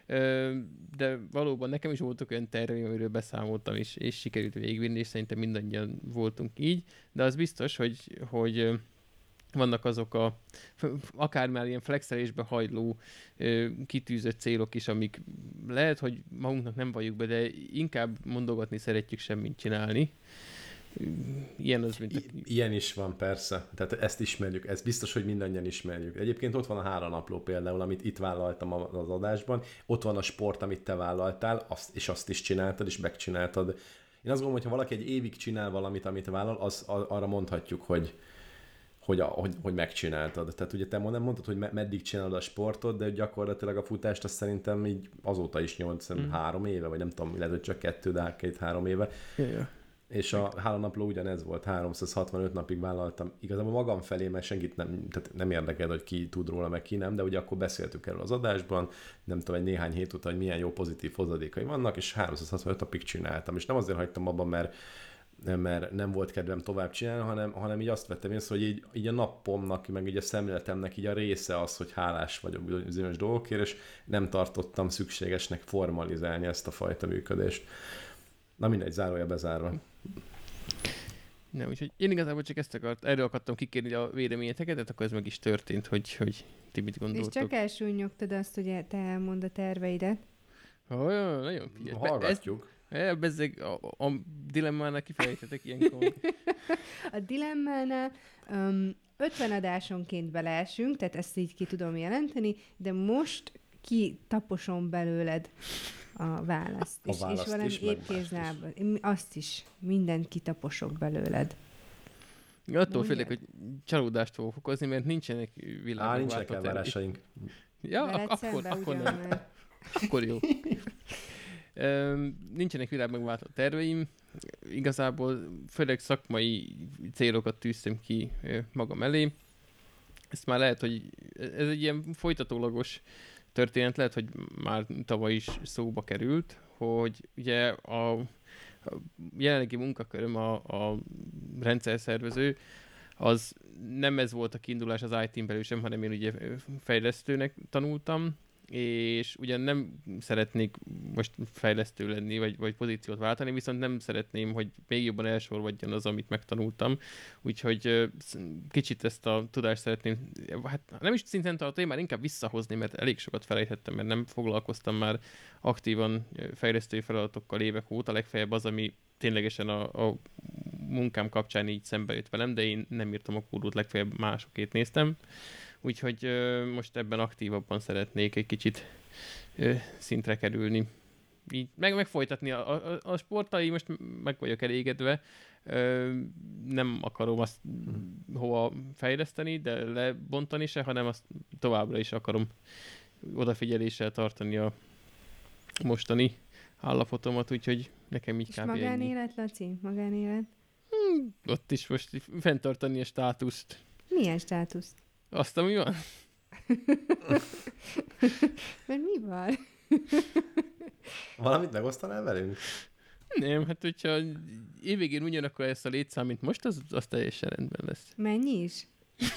De valóban nekem is voltak olyan terveim, amiről beszámoltam, és sikerült végigvinni, és szerintem mindannyian voltunk így, de az biztos, hogy vannak azok akár már ilyen flexelésbe hajló kitűzött célok is, amik lehet, hogy magunknak nem valljuk be, de inkább mondogatni szeretjük, semmit csinálni. Ilyen az, mint Ilyen is van, persze. Tehát ezt ismerjük, ezt biztos, hogy mindannyian ismerjük. Egyébként ott van a 3 napló például, amit itt vállaltam az adásban. Ott van a sport, amit te vállaltál, és azt is csináltad, és megcsináltad. Én azt gondolom, hogy ha valaki egy évig csinál valamit, amit vállal, arra mondhatjuk, hogy megcsináltad. Tehát ugye te nem mondtad, hogy meddig csinálod a sportot, de gyakorlatilag a futást azt szerintem így azóta is 3 éve, vagy nem tudom, lehet, hogy csak 2, de 2-3 éve. Ja. És a 3 napló ugyanez volt, 365 napig vállaltam. Igazából magam felé, mert senkit nem érdekel, hogy ki tud róla, meg ki nem, de ugye akkor beszéltük erről az adásban, nem tudom, egy néhány hét után, hogy milyen jó pozitív hozadékai vannak, és 365 napig csináltam. És nem azért hagytam abban, mert nem volt kedvem tovább csinálni, hanem így azt vettem észre, hogy így a napomnak, meg így a szemléletemnek így a része az, hogy hálás vagyok bizonyos dolgokért, és nem tartottam szükségesnek formalizálni ezt a fajta működést. Na mindegy, zárója bezárva. Nem, úgyhogy én igazából csak erről akartam kikérni a véleményeteket, akkor ez meg is történt, hogy ti mit gondoltok. És csak elsúnyogtad azt, hogy te elmond a terveidet. Nagyon figyelj. Hallgatjuk. Bezzeg a dilemmának kifejtetek ilyenkor. A dilemmánál 50 adásonként beleesünk, tehát ezt így ki tudom jelenteni, de most kitaposom belőled a választ. És valami is, épp kézlábban. Azt is. Mindent kitaposok belőled. Attól félek, hogy csalódást fogok okozni, mert nincsenek világban nincsenek elvárásaink. Ja, akkor nem. Akkor jó. Nincsenek világmegváltó terveim. Igazából főleg szakmai célokat tűztem ki magam elé. Ezt már lehet, hogy ez egy ilyen folytatólagos történet, lehet, hogy már tavaly is szóba került, hogy ugye a jelenlegi munkaköröm a rendszerszervező, az nem ez volt a kiindulás az IT-n belül sem, hanem én ugye fejlesztőnek tanultam, és ugyan nem szeretnék most fejlesztő lenni, vagy pozíciót váltani, viszont nem szeretném, hogy még jobban elsorvadjon az, amit megtanultam. Úgyhogy kicsit ezt a tudást szeretném, hát nem is szinten tartani, már inkább visszahozni, mert elég sokat felejthettem, mert nem foglalkoztam már aktívan fejlesztői feladatokkal évek óta, legfeljebb az, ami ténylegesen a munkám kapcsán így szembe jött velem, de én nem írtam a kódot, legfeljebb másokét néztem. Úgyhogy most ebben aktívabban szeretnék egy kicsit szintre kerülni. így meg folytatni a sporttal, most meg vagyok elégedve. Nem akarom azt hova fejleszteni, de lebontani se, hanem azt továbbra is akarom odafigyeléssel tartani a mostani állapotomat, úgyhogy nekem így és kb. magánélet, Laci? Magánélet? Ott is most fenntartani a státuszt. Milyen státuszt? Azt, ami van? Mert mi van? Valamit megosztanál velünk? Nem, hát hogyha évvégén ugyanakkor ezt a létszám, mint most, az teljesen rendben lesz. Mennyi is?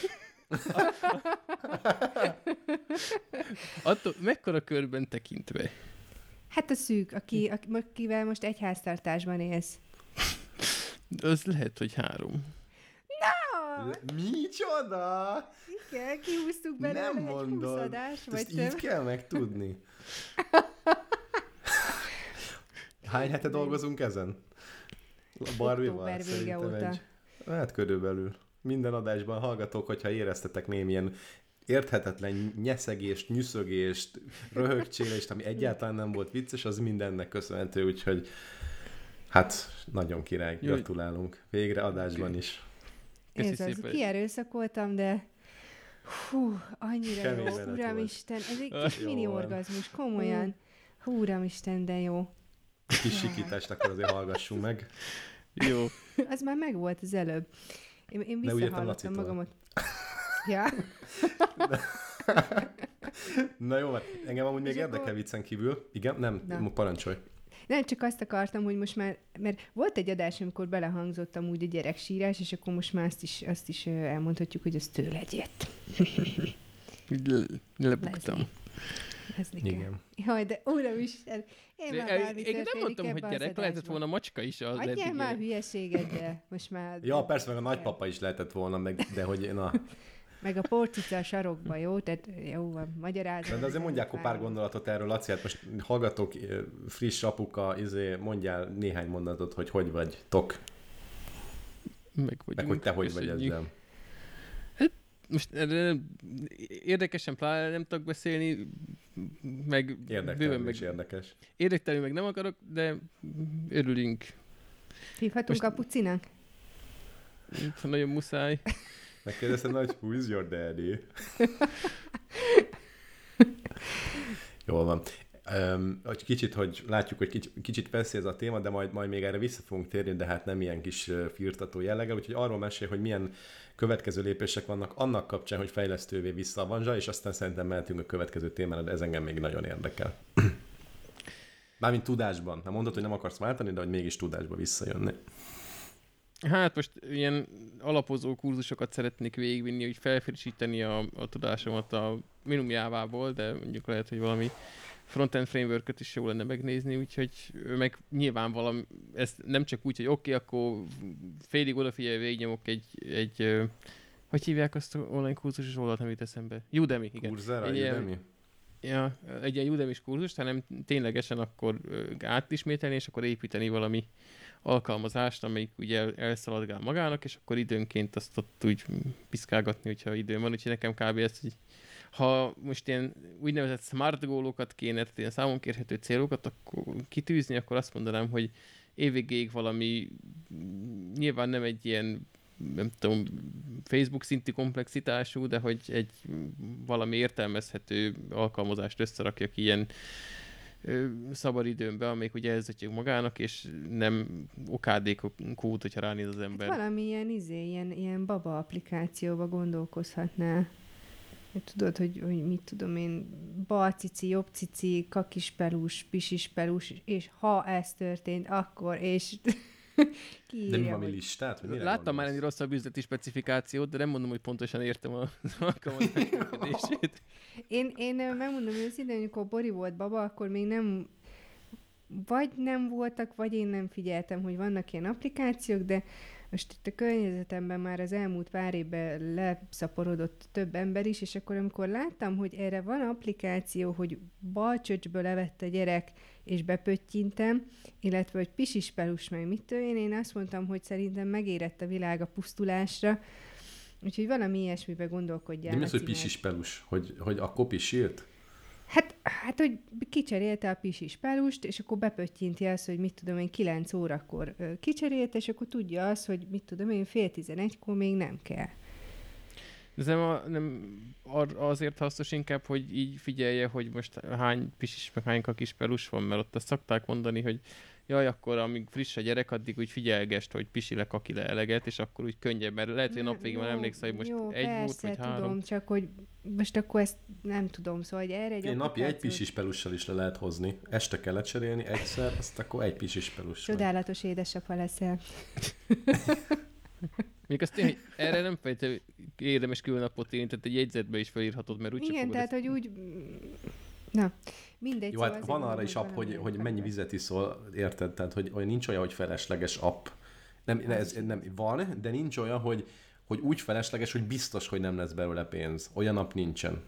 Attól, mekkora körben tekintve? Hát a szűk, akivel most egy háztartásban élsz. Az lehet, hogy 3. Micsoda? Igen, kihúztuk belőle Nem egy mondod. 20 adás, vagy Ezt több. így kell megtudni. Hány hete dolgozunk ezen? A Barbie-val? Október vége Szerintem óta. Hát körülbelül. Minden adásban hallgatók, hogyha éreztetek némilyen érthetetlen nyeszegést, nyüszögést, röhögcsélést, ami egyáltalán nem volt vicces, az mindennek köszönhető, úgyhogy hát nagyon király, gratulálunk. Végre adásban is. Ez az, kierőszakoltam, de annyira Kemény jó, menet Uramisten, ez egy kis mini orgazmus, komolyan. Uramisten, de jó. Kis sikítást akkor azért hallgassunk meg. Jó. Az már megvolt az előbb. Én De úgy értem visszahallottam Lacitól. magamat. Ja. Na jó, engem amúgy még És érdekel akkor- viccen kívül. Igen? Nem, parancsolj. Nem, csak azt akartam, hogy most már, mert volt egy adás, amikor belehangzott amúgy a gyereksírás, és akkor most már azt is elmondhatjuk, hogy ez tőled jött. Lebuktam. Leslie kell. Igen. Jaj, de Uramisten, én már bármi Én nem történik mondtam, hogy ebbe az gyerek, lehetett adásban. volna macska is az Adjál eddig. már hülyeséget, de most már... Ja, persze, meg a nagypapa is lehetett volna, de hogy na. Meg a porcica a sarokba, jó? Tehát jó van, magyarázom. De azért mondják akkor pár gondolatot erről, Laci, hát most hallgatok, friss apuka, mondjál néhány mondatot, hogy vagytok, meg hogy te hogy vagy köszönjük. ezzel. Most erre érdekesen pláne nem tudok beszélni, meg Érdektelő és érdekes. érdektelő meg nem akarok, de örülünk. Hívhatunk Most- a pucinak? Ha nagyon muszáj. Megkérdezted, hogy who is your daddy? Jól van. Hogy kicsit, hogy látjuk, hogy kicsit veszély ez a téma, de majd még erre vissza fogunk térni, de hát nem ilyen kis firtató jelleggel, úgyhogy arról mesél, hogy milyen következő lépések vannak annak kapcsán, hogy fejlesztővé vissza a Vanzsa, és aztán szerintem mehetünk a következő témára, de ez engem még nagyon érdekel. Mármint tudásban. Nem mondod, hogy nem akarsz váltani, de hogy mégis tudásba visszajönni. Hát most ilyen alapozó kurzusokat szeretnék végigvinni, hogy felfrissíteni a tudásomat a minimum Jávából, de mondjuk lehet, hogy valami frontend framework-öt is jó lenne megnézni, úgyhogy meg nyilván valami, ez nem csak úgy, hogy oké, akkor félig odafigyelve végignyomok egy hogy hívják azt az online kurzusos oldalt, nem jut eszembe? Udemy, igen. Coursera, Egy ilyen- Udemy? Ja, egy ilyen Udemy-s kurzust, hanem ténylegesen akkor átismételni, és akkor építeni valami alkalmazást, amelyik ugye elszaladgál magának, és akkor időnként azt ott úgy piszkálgatni, hogyha időm van. Úgyhogy nekem kb. Ez, hogy ha most ilyen úgynevezett smart gólokat kéne, tehát ilyen számon kérhető célokat akkor kitűzni, akkor azt mondanám, hogy évvégéig valami, nyilván nem egy ilyen, nem tudom, Facebook szintű komplexitású, de hogy egy valami értelmezhető alkalmazást összerakjak ilyen szabadidőmbe, amelyik ugye elzötyög magának, és nem okádék kód, hogyha ránéz az ember. Hát valami ilyen baba applikációba gondolkozhatnál. Tudod, hogy mit tudom én, bal cici, jobb cici, kakis pelus, pisis pelus, és ha ez történt, akkor, és kiírja, De mi valami hogy... listát? Vagy mire Láttam már gondolsz? ennél rosszabb üzleti specifikációt, de nem mondom, hogy pontosan értem az alkalmazás működését. Én megmondom őszintén, amikor Bori volt baba, akkor még nem, vagy nem voltak, vagy én nem figyeltem, hogy vannak ilyen applikációk, de most itt a környezetemben már az elmúlt pár évben leszaporodott több ember is, és akkor amikor láttam, hogy erre van applikáció, hogy balcsöcsből levett a gyerek, és bepöttyintem, illetve hogy pisispelus meg mit tudom én azt mondtam, hogy szerintem megérett a világ a pusztulásra, úgyhogy valami ilyesmibe gondolkodjál. De mi az, hogy Laci, mert- pisispelus? Hogy akkor pisírt? Hát, hogy kicserélte a pisis pelust, és akkor bepöttyinti azt, hogy mit tudom én, 9 órakor kicserélte, és akkor tudja azt, hogy mit tudom én, 10:30-kor még nem kell. Ez nem azért hasznos inkább, hogy így figyelje, hogy most hány pisis, meg hány kakis pelus van, mert ott azt szokták mondani, hogy jaj, akkor amíg friss a gyerek, addig úgy figyelgest, hogy pisi-le, kaki-le eleget, és akkor úgy könnyebb, mert lehet, hogy a nap végén már emlékszel, hogy most jó, egy persze, volt, vagy tudom, 3. csak hogy most akkor ezt nem tudom, szóval hogy erre egy Napi egy pisis pelussal is le lehet hozni. Este kell lecserélni egyszer, azt akkor egy pisis pelussal. Csodálatos édesapa leszel. Még azt tényleg, erre nem fejtő érdemes külön napot írni, tehát egy jegyzetbe is felírhatod, mert úgyse Igen, fogod tehát, ezt... hogy úgy... Na, mindegy. Jó, hát van arra is app, hogy mennyi vizet iszol, érted? Tehát, hogy nincs olyan, hogy felesleges app. Nem, van, de nincs olyan, hogy úgy felesleges, hogy biztos, hogy nem lesz belőle pénz. Olyan app nincsen.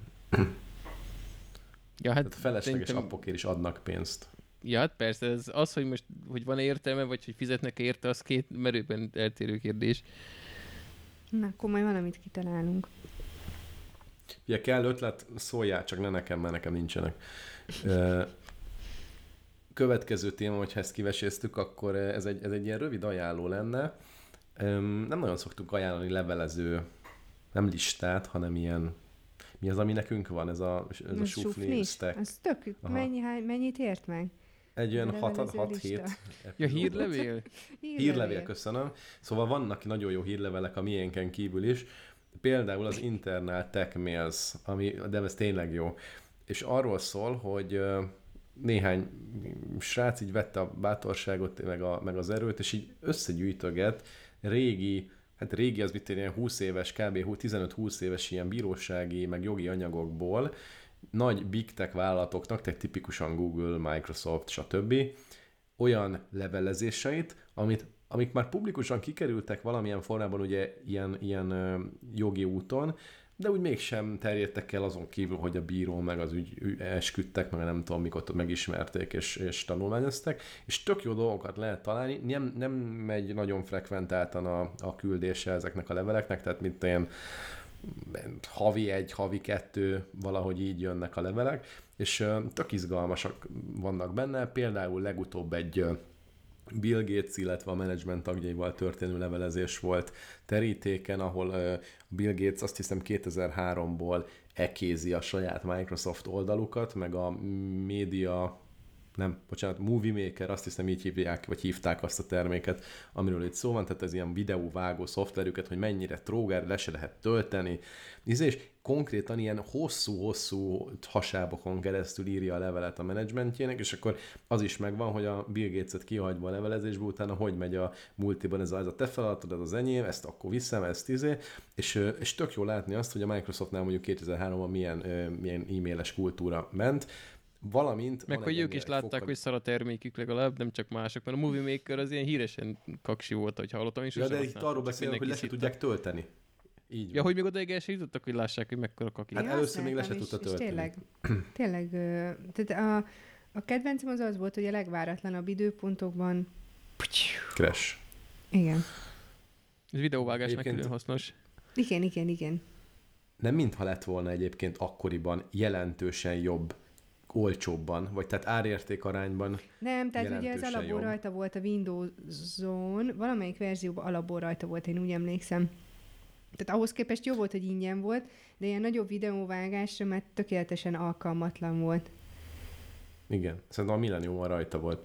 Ja, hát tehát felesleges appokért is adnak pénzt. Ja, hát persze, ez az, hogy most hogy van értelme, vagy hogy fizetnek érte, az két merőben eltérő kérdés. Na, akkor majd valamit kitalálunk. Ugye kell ötlet, szóljál, csak ne nekem, mert nekem nincsenek. Következő téma, hogyha ezt kiveséztük, akkor ez egy ilyen rövid ajánló lenne. Nem nagyon szoktunk ajánlani levelező, nem listát, hanem ilyen, mi az, ami nekünk van, ez a sufni stack. Az tök, mennyit ért meg? Egy olyan 6-7. Ja, hírlevél? Hírlevél, köszönöm. Szóval vannak nagyon jó hírlevelek a miénken kívül is. Például az Internal Tech Mails, de ez tényleg jó. És arról szól, hogy néhány srác így vette a bátorságot, meg az erőt, és így összegyűjtöget régi az mit ilyen 20 éves, kb. 15-20 éves ilyen bírósági, meg jogi anyagokból, nagy big tech vállalatoknak, tehát tipikusan Google, Microsoft, stb. Olyan levelezéseit, amik már publikusan kikerültek valamilyen formában ugye ilyen jogi úton, de úgy mégsem terjedtek el azon kívül, hogy a bíró meg az ügy esküdtek, meg nem tudom, mikor megismerték és tanulmányoztak, és tök jó dolgokat lehet találni, nem megy nagyon frekventáltan a küldése ezeknek a leveleknek, tehát mint ilyen havi 1, havi 2, valahogy így jönnek a levelek, és tök izgalmasak vannak benne, például legutóbb egy Bill Gates, illetve a menedzsment tagjaival történő levelezés volt terítéken, ahol Bill Gates azt hiszem 2003-ból ekézi a saját Microsoft oldalukat, meg a Movie Maker, azt hiszem így hívják, vagy hívták azt a terméket, amiről itt szó van, tehát ez ilyen videóvágó szoftverüket, hogy mennyire tróger, le se lehet tölteni, és konkrétan ilyen hosszú hasábokon keresztül írja a levelet a menedzsmentjének, és akkor az is megvan, hogy a Bill Gates-et kihagyva a levelezésbe, utána hogy megy a multiban, ez a te feladatod, ez az enyém, ezt akkor viszem, ezt és tök jó látni azt, hogy a Microsoftnál mondjuk 2003-ban milyen e-mailes kultúra ment, valamint... Meg hogy ők is látták, hogy szar a termékük legalább, nem csak mások, mert a Movie Maker az ilyen híresen kaksi volt, hogy hallottam is. Ja, de itt arról beszélünk, hogy le se tudják tölteni. Így ja, hogy még odaig el se jutottak, hogy lássák, hogy mekkora kaki. Hát először még le se tudta tölteni. Tényleg tehát a kedvencem az volt, hogy a legváratlanabb időpontokban crash. Igen. Ez videóvágásnak külön hasznos. Igen. Nem mintha lett volna egyébként akkoriban jelentősen jobb, olcsóbban, vagy tehát árérték arányban. Nem, tehát ugye az alapból rajta volt a Windows-on, valamelyik verzióban alapból rajta volt, én úgy emlékszem. Tehát ahhoz képest jó volt, hogy ingyen volt, de ilyen nagyobb videóvágásra már tökéletesen alkalmatlan volt. Igen, szerintem a Millennium rajta volt.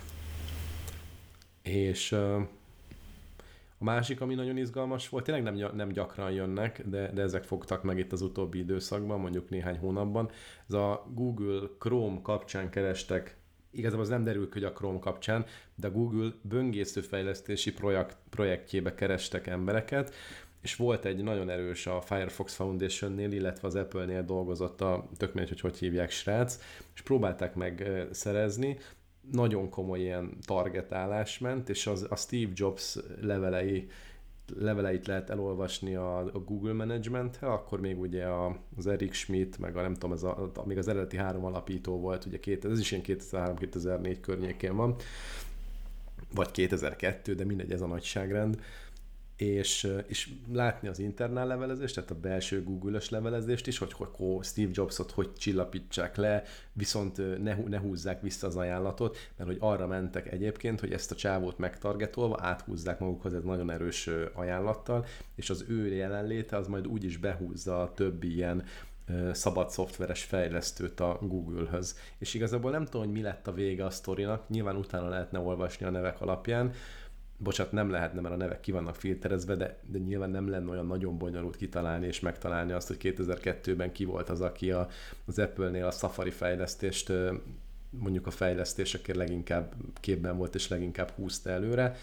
És a másik, ami nagyon izgalmas volt, tényleg nem gyakran jönnek, de ezek fogtak meg itt az utóbbi időszakban, mondjuk néhány hónapban. Ez a Google Chrome kapcsán kerestek, igazából az nem derül ki, hogy a Chrome kapcsán, de a Google böngészőfejlesztési projektjébe kerestek embereket, és volt egy nagyon erős a Firefox Foundation-nél, illetve az Apple-nél dolgozott tök mindegy, hogy hívják srác, és próbálták meg szerezni, nagyon komoly ilyen targetálás ment, és a Steve Jobs leveleit lehet elolvasni a Google Management-hez, akkor még ugye az Eric Schmidt, meg nem tudom, még az eredeti 3 alapító volt, ugye ez is ilyen 2003-2004 környékén van, vagy 2002, de mindegy, ez a nagyságrend. és látni az internál levelezést, tehát a belső Google-ös levelezést is, hogy Steve Jobsot hogy csillapítsák le, viszont ne húzzák vissza az ajánlatot, mert hogy arra mentek egyébként, hogy ezt a csávót megtargetolva áthúzzák magukhoz egy nagyon erős ajánlattal, és az ő jelenléte az majd úgyis behúzza a többi ilyen szabad szoftveres fejlesztőt a Google-höz. És igazából nem tudom, hogy mi lett a vége a sztorinak, nyilván utána lehetne olvasni a nevek alapján, bocsánat, nem lehetne, mert a nevek ki vannak filterezve, de nyilván nem lenne olyan nagyon bonyolult kitalálni és megtalálni azt, hogy 2002-ben ki volt az, aki az Apple-nél a Safari fejlesztést, mondjuk a fejlesztésekért leginkább képben volt és leginkább húzta előre.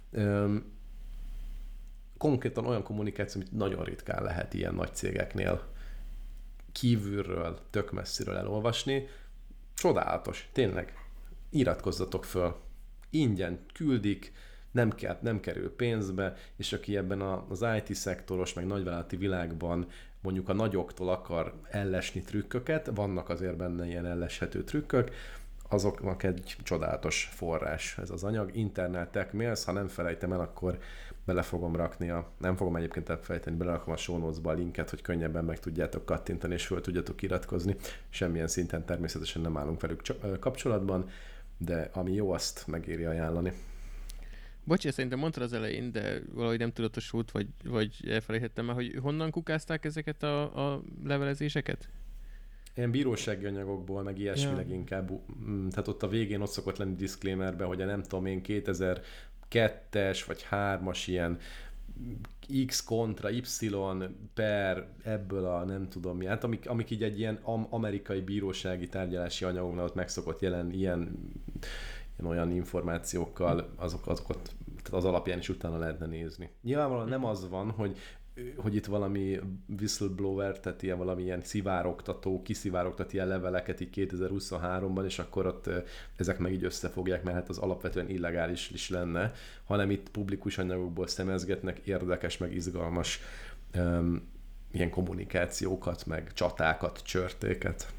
Konkrétan olyan kommunikáció, amit nagyon ritkán lehet ilyen nagy cégeknél kívülről, tök messziről elolvasni. Csodálatos, tényleg. Iratkozzatok föl. Ingyen küldik, nem kerül pénzbe, és aki ebben az IT-szektoros, meg nagyvállalati világban mondjuk a nagyoktól akar ellesni trükköket, vannak azért benne ilyen elleshető trükkök, azoknak egy csodálatos forrás ez az anyag. Internet Tech Mails, ha nem felejtem el, akkor bele fogom rakni, nem fogom egyébként elfelejteni, belerakom a show notes-ba a linket, hogy könnyebben meg tudjátok kattintani, és föl tudjatok iratkozni. Semmilyen szinten természetesen nem állunk velük kapcsolatban, de ami jó, azt megéri ajánlani. Bocsi, szerintem mondtad az elején, de valahogy nem tudatosult, vagy elfelejtettem már, hogy honnan kukázták ezeket a levelezéseket? Ilyen bírósági anyagokból, meg ilyesmi leginkább. Tehát ott a végén ott szokott lenni disclaimerben, hogy a nem tudom én 2002-es vagy 3-as ilyen X kontra Y per ebből a nem tudom mi, hát amik így egy ilyen amerikai bírósági tárgyalási anyagoknál ott meg szokott jelenni ilyen olyan információkkal, azokat az alapján is utána lehetne nézni. Nyilvánvalóan nem az van, hogy itt valami whistleblower, tehát ilyen valami ilyen kiszivárogtat ilyen leveleket így 2023-ban, és akkor ott ezek meg így összefogják, mert hát az alapvetően illegális is lenne, hanem itt publikus anyagokból szemezgetnek érdekes, meg izgalmas ilyen kommunikációkat, meg csatákat, csörtéket.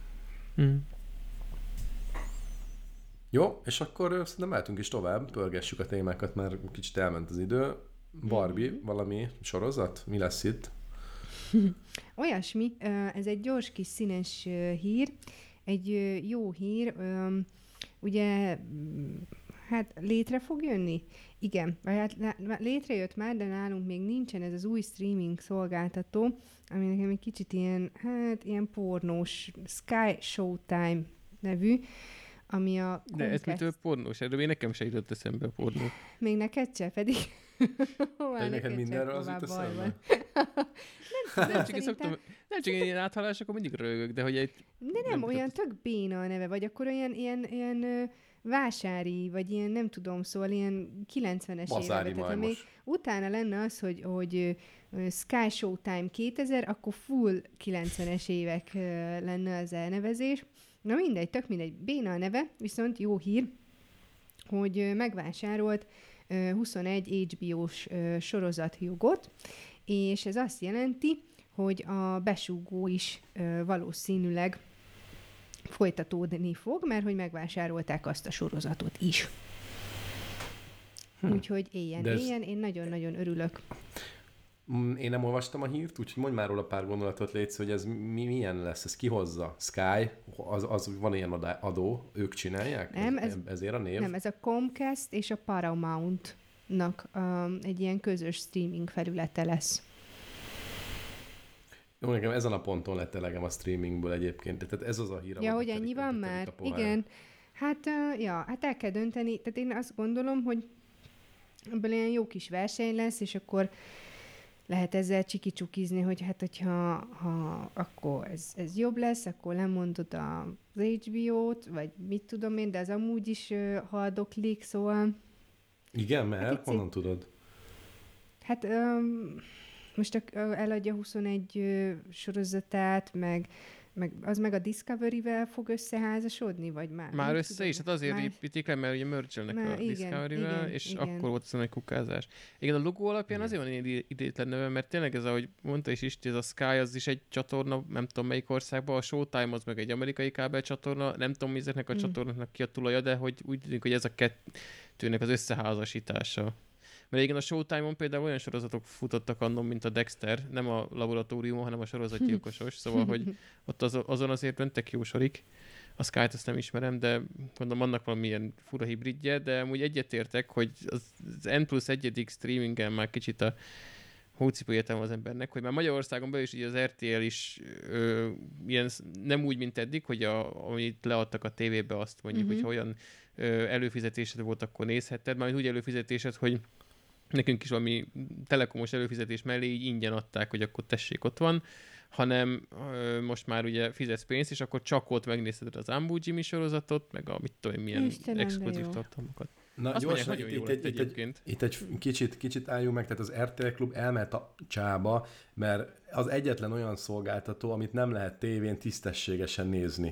Jó, és akkor szerintem mehetünk is tovább, pörgessük a témákat, már kicsit elment az idő. Barbie, valami sorozat? Mi lesz itt? Olyasmi, ez egy gyors kis színes hír, egy jó hír, ugye, hát létre fog jönni? Igen, hát létrejött már, de nálunk még nincsen ez az új streaming szolgáltató, ami nekem egy kicsit ilyen pornós, Sky Showtime nevű, ami a Comcast... De ez mitől pornós? Erről még nekem se jutott eszembe a pornó. Még neked se, pedig... neked mindenről az jut eszembe? Nem csak ilyen áthalásokon mindig rögök, de hogy egy... De nem olyan tök béna a neve, vagy akkor olyan ilyen vásári, vagy ilyen nem tudom, szóval ilyen 90-es évek. Tehát még utána lenne az, hogy Sky Showtime 2000, akkor full 90-es évek lenne az elnevezés. Na mindegy, tök mindegy. Béna a neve, viszont jó hír, hogy megvásárolt 21 HBO-s sorozatjogot, és ez azt jelenti, hogy a besúgó is valószínűleg folytatódni fog, mert hogy megvásárolták azt a sorozatot is. Úgyhogy éljen, én nagyon-nagyon örülök. Én nem olvastam a hírt, úgyhogy mondj már róla pár gondolatot, létsz, hogy ez milyen lesz, ez ki hozza? Sky, az van ilyen adó, ők csinálják? Nem, ezért a név? Nem, ez a Comcast és a Paramount-nak egy ilyen közös streaming felülete lesz. Jó, nekem ezen a ponton lett elegem a streamingből egyébként, tehát ez az a hír. Ja, hogy ennyi van már? Igen. Hát el kell dönteni, tehát én azt gondolom, hogy ebből ilyen jó kis verseny lesz, és akkor lehet ezzel csiki-csukizni, hogy hát, hogyha akkor ez jobb lesz, akkor lemondod az HBO-t, vagy mit tudom én, de az amúgy is haldoklik, szóval... Igen, mert hát honnan tudod? Hát most eladja 21 sorozatát, meg a Discovery-vel fog összeházasodni, vagy már? Már össze tudom, is, hát azért építik le, mert ugye mergelnek a Discovery-vel, és igen. Akkor volt az egy kukázás. Igen, a logó alapján azért van ilyen idétlen neve, mert tényleg ez, ahogy mondta is Isti, ez a Sky, az is egy csatorna, nem tudom melyik országban, a Showtime az meg egy amerikai kábelcsatorna, nem tudom mi ezeknek a csatornáknak ki a tulaja, de hogy úgy tűnik, hogy ez a kettőnek az összeházasítása. Mert igen, a Showtime-on például olyan sorozatok futottak annon, mint a Dexter, nem a laboratórium, hanem a sorozatgyilkosos, szóval, hogy ott azon azért mentek jó sorik. A Sky-t azt nem ismerem, de gondolom annak valamilyen fura hibridje, de amúgy egyetértek, hogy az N+1 streamingen már kicsit a hócipőjetem az embernek, hogy már Magyarországon belül is így az RTL is ilyen nem úgy, mint eddig, hogy amit leadtak a tévébe, azt mondjuk, hogy olyan előfizetésed volt, akkor nézhetted, már úgy előfizetésed, hogy nekünk is valami telekomos előfizetés mellé így ingyen adták, hogy akkor tessék, ott van, hanem most már ugye fizetsz pénzt, és akkor csak ott megnézheted az Ambu Jimmy sorozatot, meg a mit tudom, milyen Istenem, exkluzív tartalmakat. Na, azt gyorsan, mondják, nagyon jó lett egyébként. Itt egy kicsit álljunk meg, tehát az RTL Klub elment a csába, mert az egyetlen olyan szolgáltató, amit nem lehet tévén tisztességesen nézni.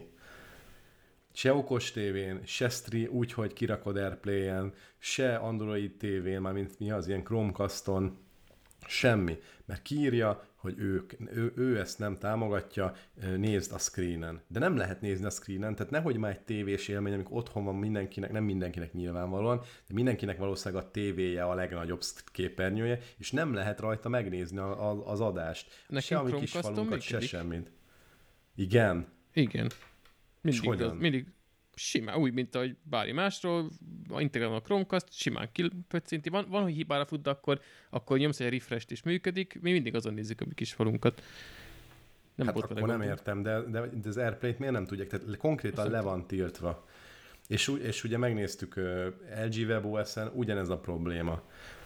Se okos tévén, se úgy, hogy kirakod Airplay-en, se Android tévén, mármint mi az, ilyen Chromecaston, semmi. Mert kiírja, hogy ő ezt nem támogatja, nézd a screenen. De nem lehet nézni a screenen, tehát nehogy már egy tévés élmény, amikor otthon van mindenkinek, nem mindenkinek nyilvánvalóan, de mindenkinek valószínűleg a tévéje a legnagyobb képernyője, és nem lehet rajta megnézni az adást. Se a mi kis falunkat, se semmit. Igen. Igen. Mindig simán, úgy, mint ahogy bármi másról, integrálom a Chromecast, simán kipöccinti. Van, hogy hibára fut, de akkor nyomsz egy refresh-t is működik, mi mindig azon nézzük a mi kis falunkat. Nem hát akkor nem értem, de az Airplay-t miért nem tudják? Tehát konkrétan le van tiltva. És ugye megnéztük LG WebOS-en, ugyanez a probléma.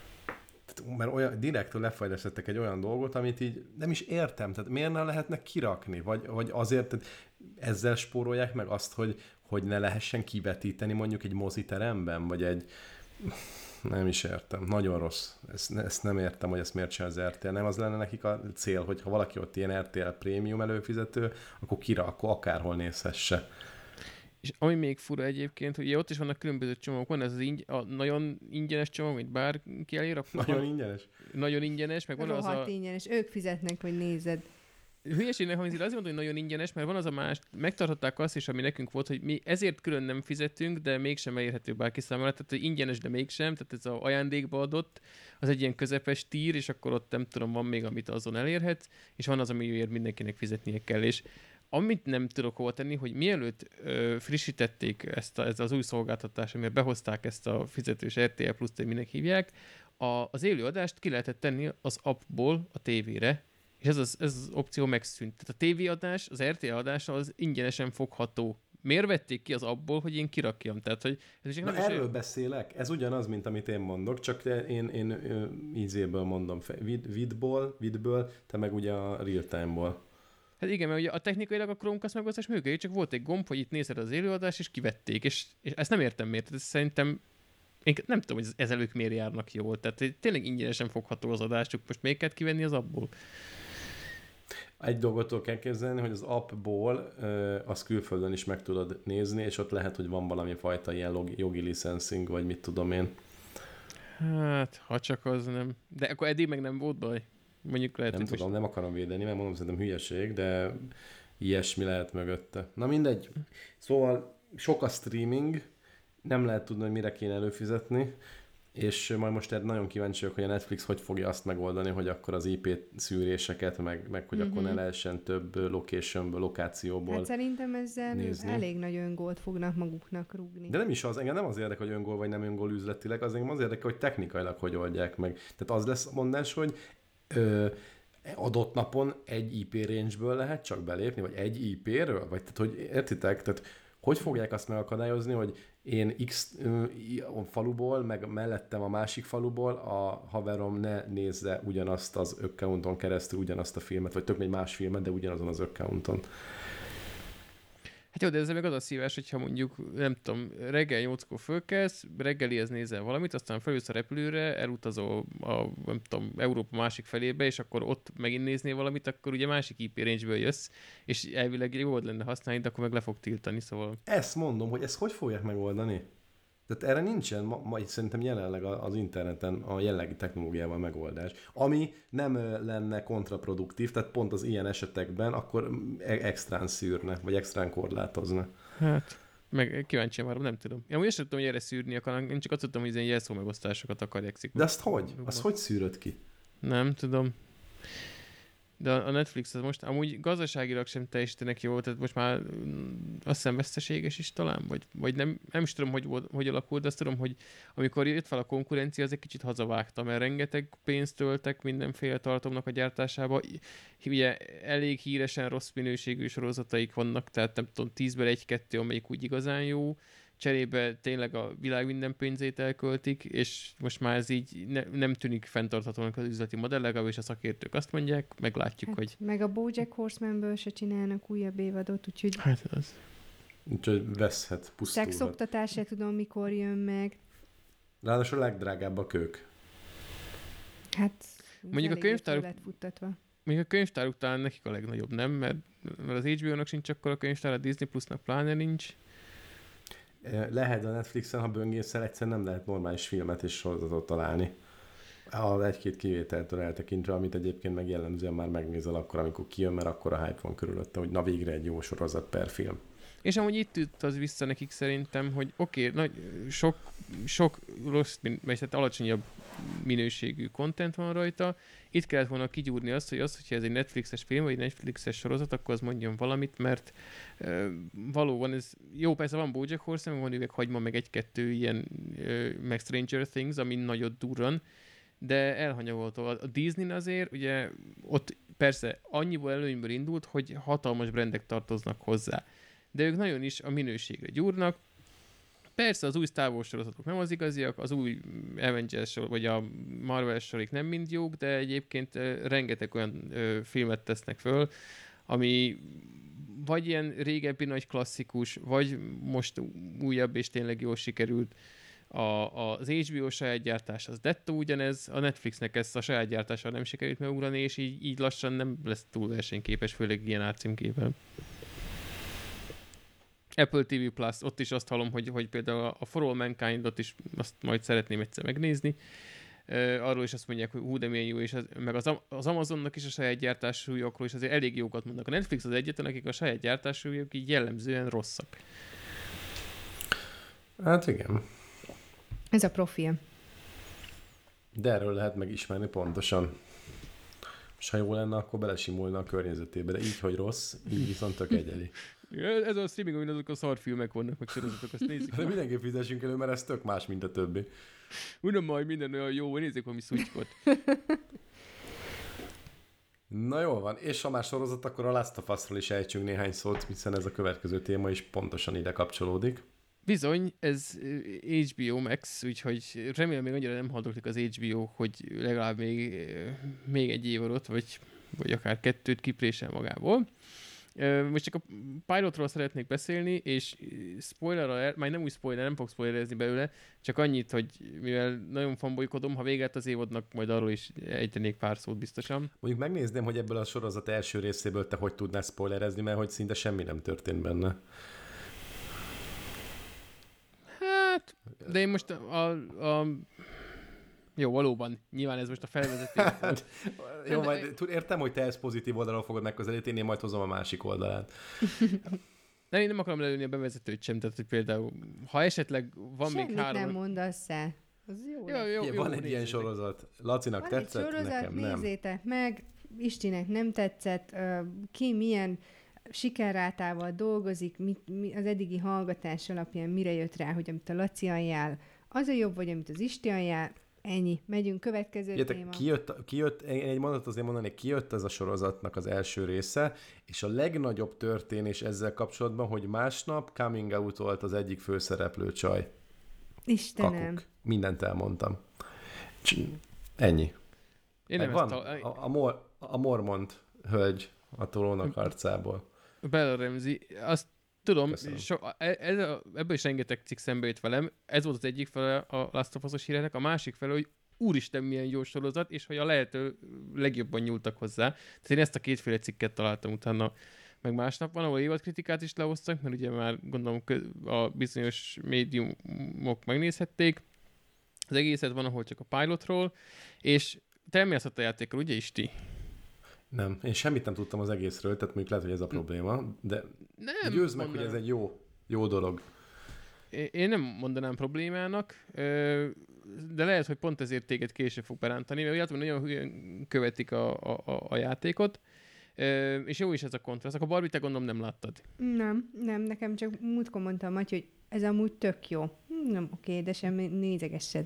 Mert direkt lefejlesztettek egy olyan dolgot, amit így nem is értem, tehát miért nem lehetne kirakni, vagy azért tehát ezzel spórolják meg azt, hogy ne lehessen kivetíteni mondjuk egy moziteremben, vagy egy... Nem is értem. Nagyon rossz. Ezt nem értem, hogy ezt miért csinál az RTL. Nem az lenne nekik a cél, hogy ha valaki ott ilyen RTL Premium előfizető, akkor akárhol nézhesse. És ami még fura egyébként, hogy ott is vannak különböző csomagok, van ez a nagyon ingyenes csomag, amit bárki elér. Nagyon ingyenes? Nagyon ingyenes, meg van az a... ingyenes, ők fizetnek, hogy nézed. Hülyeségnek hangzik, azért mondom, hogy nagyon ingyenes, mert van az a más, megtartották azt is, ami nekünk volt, hogy mi ezért külön nem fizetünk, de mégsem elérhető bárki számára, tehát hogy ingyenes, de mégsem, tehát ez a ajándékba adott, az egy ilyen közepes tír, és akkor ott nem tudom, van még, amit azon elérhetsz, és van az, amiért mindenkinek fizetnie kell, és amit nem tudok hova tenni, hogy mielőtt frissítették ezt az új szolgáltatást, amivel behozták ezt a fizetős RTL Plus-t, hogy minek hívják, az élőadást ki lehetett tenni az appból a tévére, és ez az opció megszűnt. Tehát a tévéadás, az RTL adása az ingyenesen fogható. Miért vették ki az appból, hogy én kirakjam? Tehát, hogy ez is erről beszélek. Ez ugyanaz, mint amit én mondok, csak én ízéből mondom. Vidből, te meg ugye a real-time-ból. Hát igen, mert ugye a technikailag a Chromecast megosztás működik, csak volt egy gomb, hogy itt nézed az élőadást, és kivették, és ezt nem értem miért. Tehát szerintem én nem tudom, hogy ezelők miért járnak jól. Tehát tényleg ingyenesen fogható az adás, csak most még kell kivenni az appból. Egy dolgot kell képzelni, hogy az appból azt külföldön is meg tudod nézni, és ott lehet, hogy van valami fajta ilyen jogi licensing, vagy mit tudom én. Hát, ha csak az nem. De akkor eddig meg nem volt baj. Mondjuk lehet, nem tudom, nem akarom védeni, mert mondom, szerintem hülyeség, de ilyesmi lehet mögötte. Na mindegy. Szóval sok a streaming, nem lehet tudni, hogy mire kéne előfizetni, és majd most nagyon kíváncsi vagyok, hogy a Netflix hogy fogja azt megoldani, hogy akkor az IP szűréseket, meg hogy akkor ne lehessen több lokációból hát szerintem ezzel nézni. Elég nagy öngólt fognak maguknak rúgni. De nem is az, engem nem az érdekel, hogy öngól vagy nem öngól üzletileg, az engem az érdekel, hogy technikailag hogy oldják meg. Tehát az lesz a mondás, hogy adott napon egy IP range-ből lehet csak belépni, vagy egy IP-ről? Vagy tehát, hogy értitek? Tehát hogy fogják azt megakadályozni, hogy én X faluból, meg mellettem a másik faluból a haverom ne nézze ugyanazt az accounton keresztül ugyanazt a filmet, vagy tök egy más filmet, de ugyanazon az accounton. Hát jó, de ezzel meg az a szívás, hogyha mondjuk, nem tudom, reggel 8-kor fölkelsz, reggelihez nézel valamit, aztán felülsz a repülőre, elutazol nem tudom, Európa másik felébe, és akkor ott megint néznél valamit, akkor ugye másik IP range-ből jössz, és elvileg jó lenne használni, de akkor meg le fog tiltani, szóval... Ezt mondom, hogy ezt hogy fogják megoldani? Tehát erre nincsen ma szerintem jelenleg az interneten a jelenlegi technológiával megoldás, ami nem lenne kontraproduktív, tehát pont az ilyen esetekben akkor extrán szűrne, vagy extrán korlátozna. Hát, Meg kíváncsian várom, nem tudom. Én úgy sem tudtam, hogy erre szűrni akarnak, én csak azt tudtam, hogy ilyen jelszó megosztásokat akarják szikni. De azt hogy? Azt hogy szűröd ki? Nem tudom. De a Netflix az most amúgy gazdaságilag sem teljesítenek jól, tehát most már azt hiszem veszteséges is talán, vagy nem is tudom, hogy alakult, de azt tudom, hogy amikor jött fel a konkurencia, az egy kicsit hazavágta, mert rengeteg pénzt töltek mindenféle tartalomnak a gyártásába. Ugye elég híresen rossz minőségű sorozataik vannak, tehát nem tudom, 10-ből 1-2, amelyik úgy igazán jó, cserébe tényleg a világ minden pénzét elköltik, és most már ez így nem tűnik fenntarthatónak az üzleti modell, legalábbis a szakértők azt mondják, meglátjuk, Hát, hogy... meg a BoJack Horsemanből se csinálnak újabb évadot, úgyhogy... Hát az... Úgyhogy veszhet, pusztulhat. Szexoktatás se tudom, mikor jön meg. Ráadásul a legdrágábbak ők. Hát... Mondjuk a könyvtáruk... lett futtatva. Mondjuk a könyvtáruk talán nekik a legnagyobb, nem? Mert az HBO-nak sincs akkor a könyvtár, a Disney Plus-nak pláne nincs. Lehet a Netflixen, ha böngészel, egyszerűen nem lehet normális filmet és sorozatot találni. Egy-két kivételtől eltekintve, amit egyébként meg jellemzően már megnézel akkor, amikor kijön, mert akkor a hype van körülötte, hogy na végre egy jó sorozat per film. És amúgy itt jut az vissza nekik szerintem, hogy oké, sok rossz, tehát alacsonyabb minőségű content van rajta. Itt kellett volna kigyúrni azt, hogyha ez egy Netflixes film, vagy egy Netflixes sorozat, akkor az mondjon valamit, mert valóban ez, jó, persze van BoJack Horseman, van Üveghagyma, meg egy-kettő ilyen, meg Stranger Things, ami nagyon durran, de elhanyagolható. A Disney azért, ugye ott persze annyiból előnyből indult, hogy hatalmas brandek tartoznak hozzá. De ők nagyon is a minőségre gyúrnak. Persze az új Star Wars sorozatok nem az igaziak, az új Avengers vagy a Marvel sorik nem mind jók, de egyébként rengeteg olyan filmet tesznek föl, ami vagy ilyen régebbi nagy klasszikus, vagy most újabb és tényleg jól sikerült. Az HBO saját gyártás az dettó ugyanez, a Netflixnek ezt a saját gyártással nem sikerült megugrani, és így lassan nem lesz túl versenyképes, főleg ilyen átcímkével. Apple TV Plus, ott is azt hallom, hogy például a For All Mankind-ot is azt majd szeretném egyszer megnézni. Arról is azt mondják, hogy hú, de milyen jó, és meg az Amazonnak is a saját gyártásúlyokról is azért elég jókat mondnak. A Netflix az egyetlen, akik a saját gyártásúlyok így jellemzően rosszak. Hát igen. Ez a profil. De erről lehet megismerni pontosan. És ha jó lenne, akkor belesimulna a környezetébe, de így, hogy rossz, így viszont tök egyedi. Ez a streaming, amin azok a szarfilmek vannak, meg sorozatok, azt nézzük. De mindenképp fizessünk elő, mert ez tök más, mint a többi. Ugyan majd minden olyan jó, nézzük valami szutykot. Na jól van, és ha már sorozat, akkor a Last of Us-ról is ejtsünk néhány szót, hiszen ez a következő téma is pontosan ide kapcsolódik. Bizony, ez HBO Max, úgyhogy remélem még annyira nem haldoklik az HBO, hogy legalább még egy évadot, vagy akár 2 kiprésel magából. Most csak a pilotról szeretnék beszélni, és spoilerra, már nem úgy spoiler, nem fog spoilerezni belőle, csak annyit, hogy mivel nagyon fanbolykodom, ha véget az évadnak, majd arról is ejtenék pár szót biztosan. Mondjuk megnézném, hogy ebből a sorozat első részéből te hogy tudnál spoilerezni, mert hogy szinte semmi nem történt benne. Hát, de én most jó, valóban, nyilván ez most a felvezetés. Hát, jó, majd értem, hogy te ezt pozitív oldalról fogod megközelíteni, én majd hozom a másik oldalát. Én nem akarom lelőni a bevezetőt sem, tehát hogy például, ha esetleg van semmit még 3... nem mondasz el. Az jó. Van egy ilyen sorozat. Lacinak tetszett, egy sorozat, nekem nem. Nézzétek meg, Istinek nem tetszett, ki milyen sikerrátával dolgozik, az eddigi hallgatás alapján mire jött rá, hogy amit a Laci ajánl, az a jobb, vagy amit az Isti ajánl. Ennyi. Megyünk, következő téma. Kijött, egy mondat azért mondani, kijött ez a sorozatnak az első része, és a legnagyobb történés ezzel kapcsolatban, hogy másnap coming out volt az egyik főszereplő csaj. Istenem. Kakuk. Mindent elmondtam. Ennyi. Én nem van a Mormont hölgy a Trónok arcából. Bella Ramsey, azt tudom, ebből is rengeteg cikk szembe jött velem. Ez volt az egyik fele a Last of Us-os híreknek, a másik fele, hogy úristen milyen jó sorozat, és hogy a lehető legjobban nyúltak hozzá. Tehát én ezt a kétféle cikket találtam utána, meg másnap van, ahol évadkritikát is lehoztak, mert ugye már gondolom a bizonyos médiumok megnézhették. Az egészet van, ahol csak a pilotról, és te elmélyezhet a játékról, ugye Isti? Nem, én semmit nem tudtam az egészről, tehát mondjuk lehet, hogy ez a probléma, de győzd meg, hogy ez egy jó dolog. Én nem mondanám problémának, de lehet, hogy pont ezért téged később fog berántani, mert úgy nagyon hülyen követik a játékot, és jó is ez a kontraszt. Akkor Barbie, te gondolom nem láttad. Nem, nekem csak múltkor mondtam, hogy ez amúgy tök jó. Nem, oké, de sem nézegessed.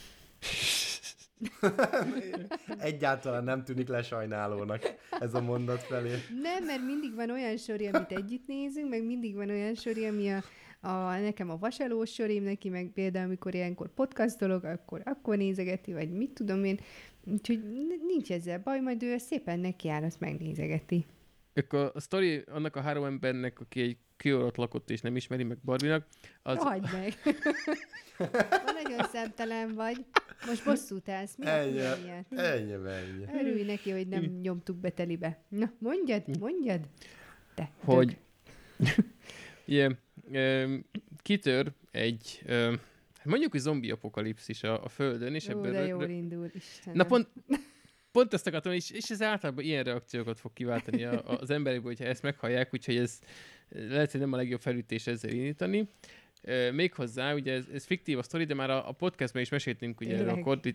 Egyáltalán nem tűnik lesajnálónak ez a mondat felé. Nem, mert mindig van olyan sori, amit együtt nézünk, meg mindig van olyan sori, ami nekem a vasalós sorim, neki meg például, amikor ilyenkor podcastolok, akkor nézegeti, vagy mit tudom én. Úgyhogy nincs ezzel baj, majd ő szépen nekiáll, azt megnézegeti. Akkor a sztori annak a 3 embernek, aki egy kő alatt lakott és nem ismeri meg Barbie-nak, az... Hagyd meg! Nagyon szemtelen vagy. Most bosszút állsz. Mi Ennyi. Örülj neki, hogy nem nyomtuk be telibe. Na, mondjad. Te, hogy ilyen, kitör egy, mondjuk, hogy zombi apokalipszis a Földön, és ebből... de jól indul, Istenem. Na pont ezt akartam, és ez általában ilyen reakciókat fog kiváltani az emberekből, hogyha ezt meghallják, úgyhogy ez lehet, hogy nem a legjobb felütés ezzel indítani. Méghozzá, ugye ez fiktív a sztori, de már a podcastban is meséltünk ugye erről a Kordit.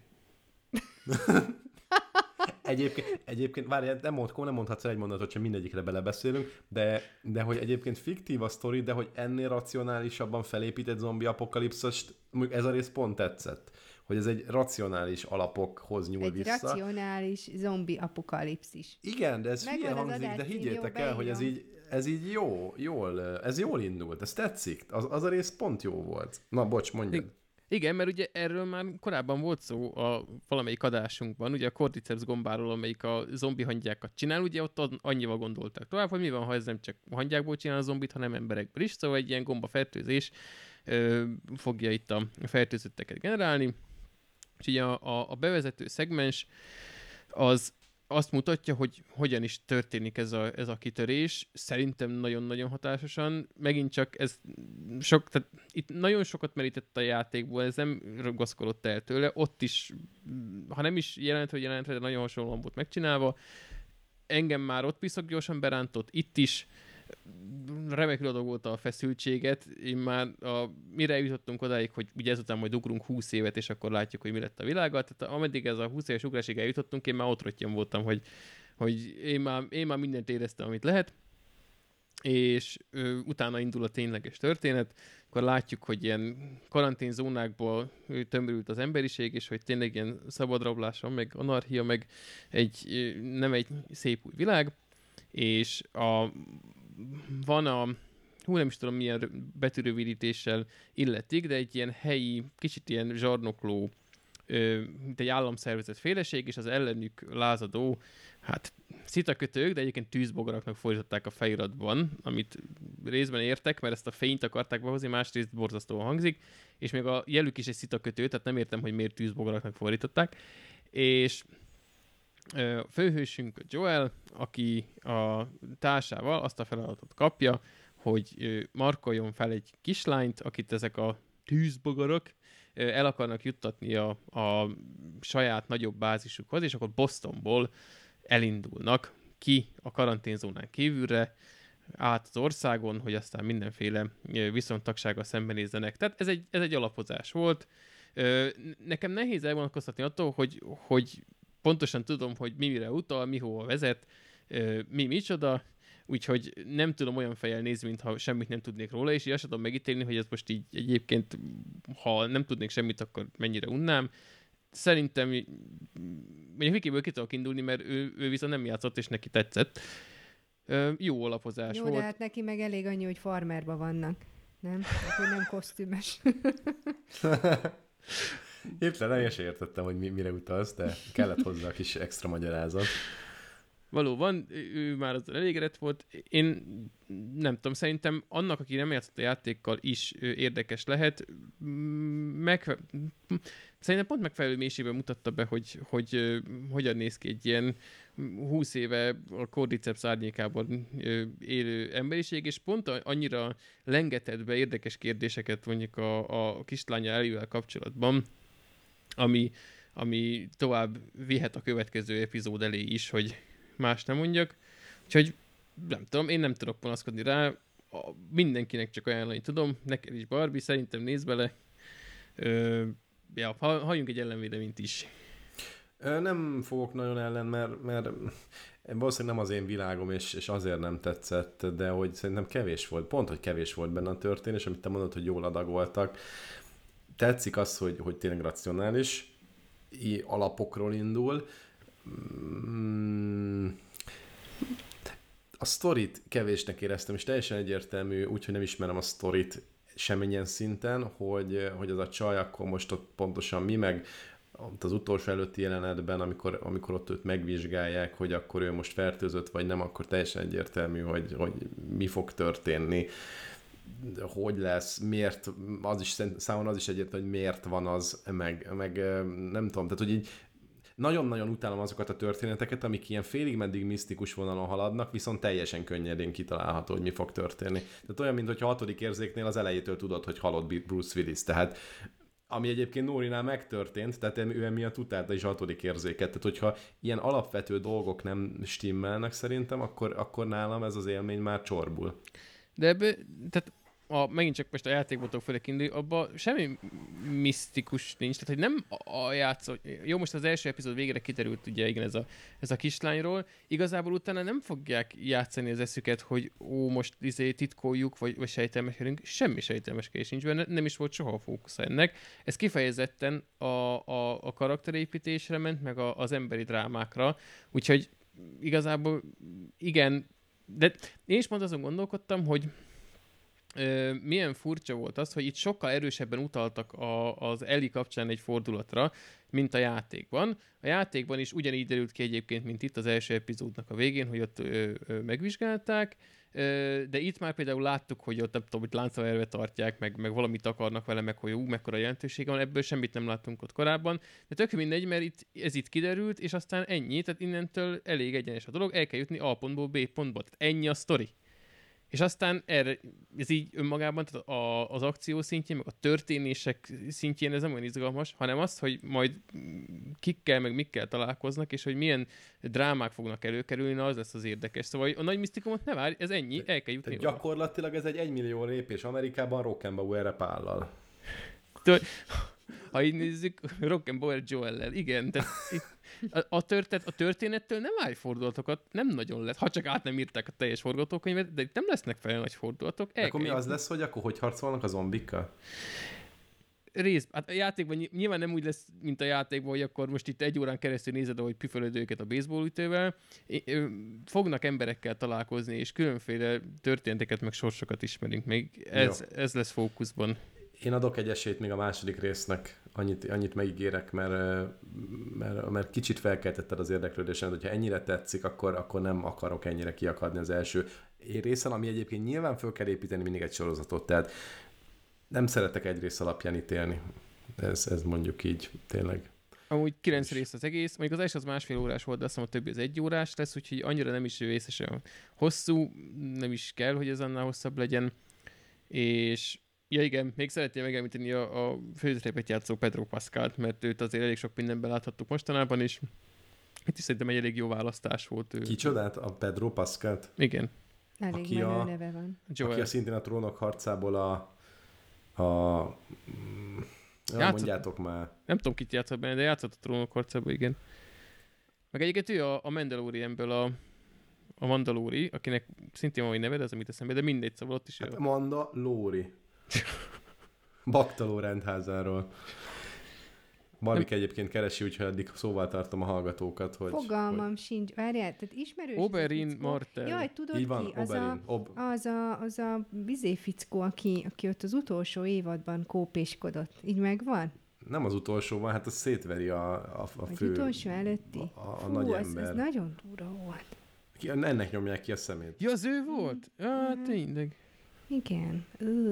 Egyébként várjál, nem mondhatsz el egy mondatot, hogy mindegyikre belebeszélünk, de hogy egyébként fiktív a sztori, de hogy ennél racionálisabban felépített zombi apokalipszist, ez a rész pont tetszett. Hogy ez egy racionális alapokhoz nyúl vissza. Egy racionális zombi apokalipszis. Igen, de ez hülye hangzik, de higgyétek el, hogy ez így jól indult, ez tetszik. Az a rész pont jó volt. Na, bocs, mondjad. Igen, mert ugye erről már korábban volt szó a valamelyik adásunkban, ugye a Cordyceps gombáról, amelyik a zombi hangyákat csinál, ugye ott annyival gondoltak tovább, hogy mi van, ha ez nem csak hangyákból csinál a zombit, hanem emberekből is, szóval egy ilyen gombafertőzés fogja itt a fertőzötteket generálni. És ugye a bevezető szegmens az azt mutatja, hogy hogyan is történik ez a kitörés. Szerintem nagyon-nagyon hatásosan. Megint csak ez tehát itt nagyon sokat merített a játékból, ez nem ragaszkodott el tőle. Ott is, ha nem is jelentre, de nagyon hasonlóan volt megcsinálva. Engem már ott piszok gyorsan berántott, itt is remekül adagolta a feszültséget. Én már mire jutottunk odáig, hogy ugye ezután majd ugrunk 20 évet, és akkor látjuk, hogy mi lett a világgal. Tehát ameddig ez a 20 éves ugrásig eljutottunk, én már ott rottyom voltam, hogy én már mindent éreztem, amit lehet. És utána indul a tényleges történet, akkor látjuk, hogy ilyen karanténzónákból tömörült az emberiség, és hogy tényleg ilyen szabadrablás van, meg anarchia, meg nem egy szép új világ, és van nem is tudom milyen betűrövidítéssel illetik, de egy ilyen helyi, kicsit ilyen zsarnokló, mint egy államszervezet féleség, és az ellenük lázadó, szitakötők, de egyébként tűzbogaraknak fordították a feliratban, amit részben értek, mert ezt a fényt akarták behozni, másrészt borzasztóan hangzik, és még a jelük is egy szitakötő, tehát nem értem, hogy miért tűzbogaraknak fordították, és főhősünk Joel, aki a társával azt a feladatot kapja, hogy markoljon fel egy kislányt, akit ezek a tűzbogarak el akarnak juttatni a saját nagyobb bázisukhoz, és akkor Bostonból elindulnak ki a karanténzónán kívülre, át az országon, hogy aztán mindenféle viszontagsággal szembenézzenek. Tehát ez egy alapozás volt. Nekem nehéz elvonatkoztatni attól, hogy pontosan tudom, hogy mire utal, mi hova vezet, micsoda, úgyhogy nem tudom olyan fejjel nézni, mintha semmit nem tudnék róla, és így azt tudom megítélni, hogy ez most így egyébként, ha nem tudnék semmit, akkor mennyire unnám. Szerintem mondjuk Vikiből ki tudok indulni, mert ő viszont nem játszott, és neki tetszett. Jó alapozás volt. Jó, de hát neki meg elég annyi, hogy farmerban vannak. Nem? Akkor nem kosztümös. Hirtelen nem is értettem, hogy mire utalsz, de kellett hozzá a kis extra magyarázat. Valóban, ő már az elégedett volt. Én nem tudom, szerintem annak, aki nem játszott a játékkal is érdekes lehet. Szerintem pont megfelelő mélységben mutatta be, hogy hogyan néz ki egy ilyen 20 éve a Cordyceps árnyékában élő emberiség, és pont annyira lengetett be érdekes kérdéseket mondjuk a kislánya Ellie-vel kapcsolatban, ami tovább vihet a következő epizód elé is, hogy más nem mondjak. Úgyhogy nem tudom, én nem tudok panaszkodni rá. mindenkinek csak ajánlani tudom, neked is Barbie, szerintem nézd bele. Halljunk egy ellenvéleményt is. Nem fogok nagyon ellen, mert valószínűleg nem az én világom, és azért nem tetszett, de hogy szerintem kevés volt, pont, hogy kevés volt benne a történés, amit te mondod, hogy jól adagoltak. Tetszik az, hogy tényleg racionális alapokról indul. A sztorit kevésnek éreztem, és teljesen egyértelmű, úgyhogy nem ismerem a sztorit semmilyen szinten, hogy az a csaj, akkor most ott pontosan mi, meg az utolsó előtti jelenetben, amikor ott őt megvizsgálják, hogy akkor ő most fertőzött, vagy nem, akkor teljesen egyértelmű, hogy mi fog történni, hogy lesz, miért, számomra az is egyértelmű, hogy miért van az, meg nem tudom, tehát hogy így nagyon-nagyon utálom azokat a történeteket, amik ilyen félig-meddig misztikus vonalon haladnak, viszont teljesen könnyedén kitalálható, hogy mi fog történni. Tehát olyan, mintha a 6. érzéknél az elejétől tudod, hogy halott Bruce Willis. Tehát ami egyébként Nórinál megtörtént, tehát ő emiatt utálta is a 6. érzéket. Tehát hogyha ilyen alapvető dolgok nem stimmelnek szerintem, akkor nálam ez az élmény már csorbul. De ebből, tehát megint csak most a játékból tudok főleg indulni, abban semmi misztikus nincs, tehát hogy nem a játszó. Jó, most az első epizód végére kiderült, ugye igen, ez a kislányról, igazából utána nem fogják játszani az eszüket, hogy most titkoljuk, vagy sejtelmeskedünk, semmi sejtelmeskedés nincs benne, nem is volt soha a fókusz ennek. Ez kifejezetten a karakterépítésre ment, meg az emberi drámákra, úgyhogy igazából igen, de én is pont azon gondolkodtam, hogy milyen furcsa volt az, hogy itt sokkal erősebben utaltak az Ellie kapcsán egy fordulatra, mint a játékban. A játékban is ugyanígy derült ki egyébként, mint itt az első epizódnak a végén, hogy ott megvizsgálták, de itt már például láttuk, hogy ott nem tudom, hogy lánccal tartják, meg valamit akarnak vele, meg hogy mekkora jelentősége van, ebből semmit nem láttunk ott korábban. De tök mindegy, mert ez itt kiderült, és aztán ennyi, tehát innentől elég egyenes a dolog, el kell jutni A pontból B pontba, tehát ennyi a sztori. És aztán ez így önmagában, tehát az akció szintjén, meg a történések szintjén ez nem olyan izgalmas, hanem az, hogy majd kikkel, meg mikkel találkoznak, és hogy milyen drámák fognak előkerülni, az lesz az érdekes. Szóval a nagy misztikumot ne várj, ez ennyi, el kell jutni. Gyakorlatilag ez egy 1 millió lépés Amerikában Rockenbauerre Pállal. Ha így nézzük, Rockenbauer Joellel, igen. A történettől nem állj fordulatokat, nem nagyon lesz. Ha csak át nem írták a teljes forgatókönyvet, de itt nem lesznek fel nagy fordulatok. Akkor mi az lesz, hogy akkor hogy harcolnak a zombikkal? Hát a játékban nyilván nem úgy lesz, mint a játékban, hogy akkor most itt 1 órán keresztül nézed, ahogy püfölöd őket a baseballütővel. Fognak emberekkel találkozni, és különféle történeteket, meg sorsokat ismerünk még. Ez lesz fókuszban. Én adok egy esélyt még a második résznek, annyit megígérek, mert kicsit felkeltetted az érdeklődésemet, hogyha ennyire tetszik, akkor nem akarok ennyire kiakadni az első részen, ami egyébként nyilván föl kell építeni mindig egy sorozatot, tehát nem szeretek egy rész alapján ítélni. Ez mondjuk így, tényleg. Amúgy 9 rész az egész, mondjuk az első az 1,5 órás volt, de azt mondom, a többi az 1 órás lesz, úgyhogy annyira nem is vészesen hosszú, nem is kell, hogy ez annál hosszabb legyen, és ja igen, még szeretném megemlíteni a főszerepet játszó Pedro Pascalt, mert őt azért elég sok mindenben láthattuk mostanában, és itt is szerintem egy elég jó választás volt. Kicsodát? A Pedro Pascalt? Igen. Elég menő neve van. Aki a szintén a Trónok harcából mondjátok már. Nem tudom, kit játszott benne, de játszott a Trónok harcából, igen. Meg egyébként ő a Mandalorianből a Mandalori, akinek szintén van egy neved, az amit eszembe, de mindegy, szóval ott is hát Mandalori. Baktaló rendházáról. Barbik egyébként keresi, úgyhogy addig szóval tartom a hallgatókat, hogy... Fogalmam sincs. Várjál, tehát ismerős... Oberyn Martell. Jaj, tudod így van, ki? Az a bizéfickó, aki ott az utolsó évadban kópéskodott. Így megvan? Nem az utolsó van, hát az szétveri a fő... Az utolsó előtti? A nagy ember. Ez nagyon durva volt. Ennek nyomják ki a szemét. Ja, az ő volt? Tényleg. Igen.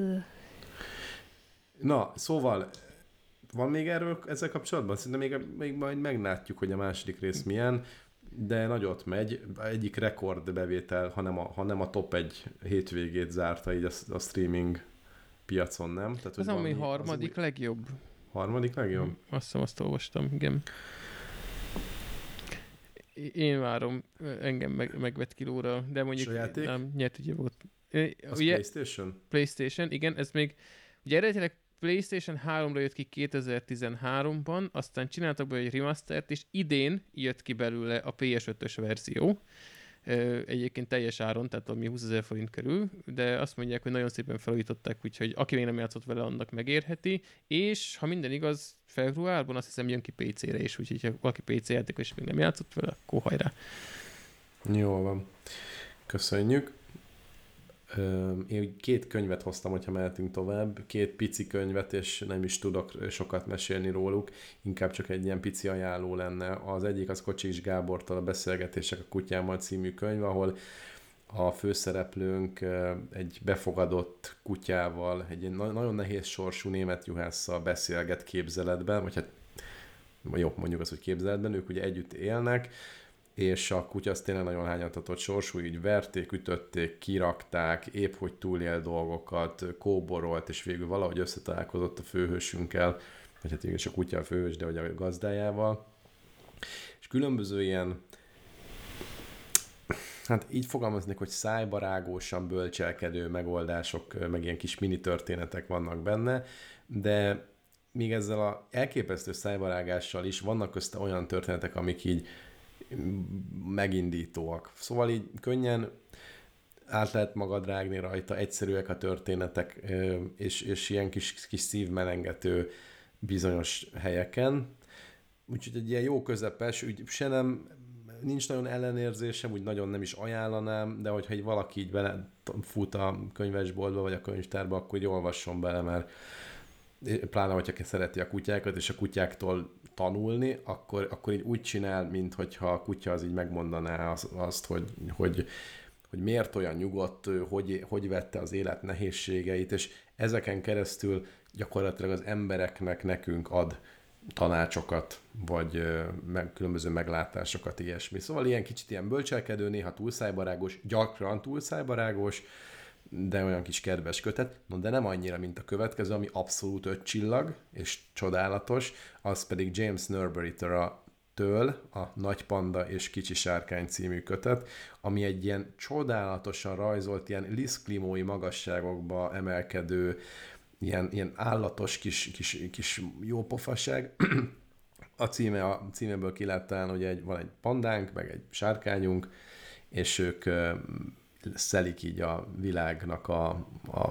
Na, szóval... Van még ezzel kapcsolatban? Szerintem még majd meglátjuk, hogy a második rész milyen, de nagyot megy. Egyik rekordbevétel, ha nem a top 1 hétvégét zárta így a streaming piacon, nem? Tehát, az ami harmadik legjobb. Harmadik legjobb? Azt hiszem, azt olvastam, igen. Én várom, engem megvett kilóra, de mondjuk nem nyert ugye volt Az ugye, PlayStation? PlayStation, igen, ez még, ugye eredetileg PlayStation 3-ra jött ki 2013-ban, aztán csináltak belőle egy remastert, és idén jött ki belőle a PS5-ös verzió. Egyébként teljes áron, tehát ami 20 000 forint körül, de azt mondják, hogy nagyon szépen felújították, úgyhogy aki még nem játszott vele, annak megérheti, és ha minden igaz, februárban azt hiszem jön ki PC-re is, úgyhogy ha valaki PC játékos és még nem játszott vele, akkor hajrá. Jól van. Köszönjük. Én 2 könyvet hoztam, hogyha mehetünk tovább. 2 pici könyvet, és nem is tudok sokat mesélni róluk. Inkább csak egy ilyen pici ajánló lenne. Az egyik az Kocsis Gábortól a Beszélgetések a kutyámmal című könyv, ahol a főszereplőnk egy befogadott kutyával, egy nagyon nehéz sorsú német juhásszal beszélget képzeletben, vagy hát jó, mondjuk azt, hogy képzeletben, ők ugye együtt élnek, és a kutya az tényleg nagyon hányatatott sorsú, így verték, ütötték, kirakták, épp hogy túlél dolgokat, kóborolt, és végül valahogy összetalálkozott a főhősünkkel, vagy hát végül a kutya a főhős, de ugye a gazdájával. És különböző ilyen, hát így fogalmaznék, hogy szájbarágósan bölcselkedő megoldások, meg ilyen kis mini történetek vannak benne, de még ezzel az elképesztő szájbarágással is vannak közte olyan történetek, amik így megindítóak. Szóval így könnyen át lehet magad rágni rajta, egyszerűek a történetek, és ilyen kis szívmelengető bizonyos helyeken. Úgyhogy egy ilyen jó közepes, úgy se nem, nincs nagyon ellenérzésem, úgy nagyon nem is ajánlanám, de hogyha egy valaki így bele fut a könyvesboltba, vagy a könyvtárba, akkor így olvasson bele, mert pláne, hogyha szereti a kutyákat, és a kutyáktól tanulni, akkor így úgy csinál, mintha a kutya az így megmondaná azt, hogy miért olyan nyugodt, hogy vette az élet nehézségeit, és ezeken keresztül gyakorlatilag az embereknek nekünk ad tanácsokat, vagy különböző meglátásokat, ilyesmi. Szóval ilyen kicsit ilyen bölcselkedő, néha túlszájbarágos, gyakran túlszájbarágos, de olyan kis kedves kötet, no, de nem annyira, mint a következő, ami abszolút 5 csillag, és csodálatos, az pedig James Norbury-től a Nagy Panda és Kicsi Sárkány című kötet, ami egy ilyen csodálatosan rajzolt, ilyen liszklimói magasságokba emelkedő, ilyen állatos kis jópofaság. A címéből ki lehet találni, hogy van egy pandánk, meg egy sárkányunk, és ők szelik így a világnak a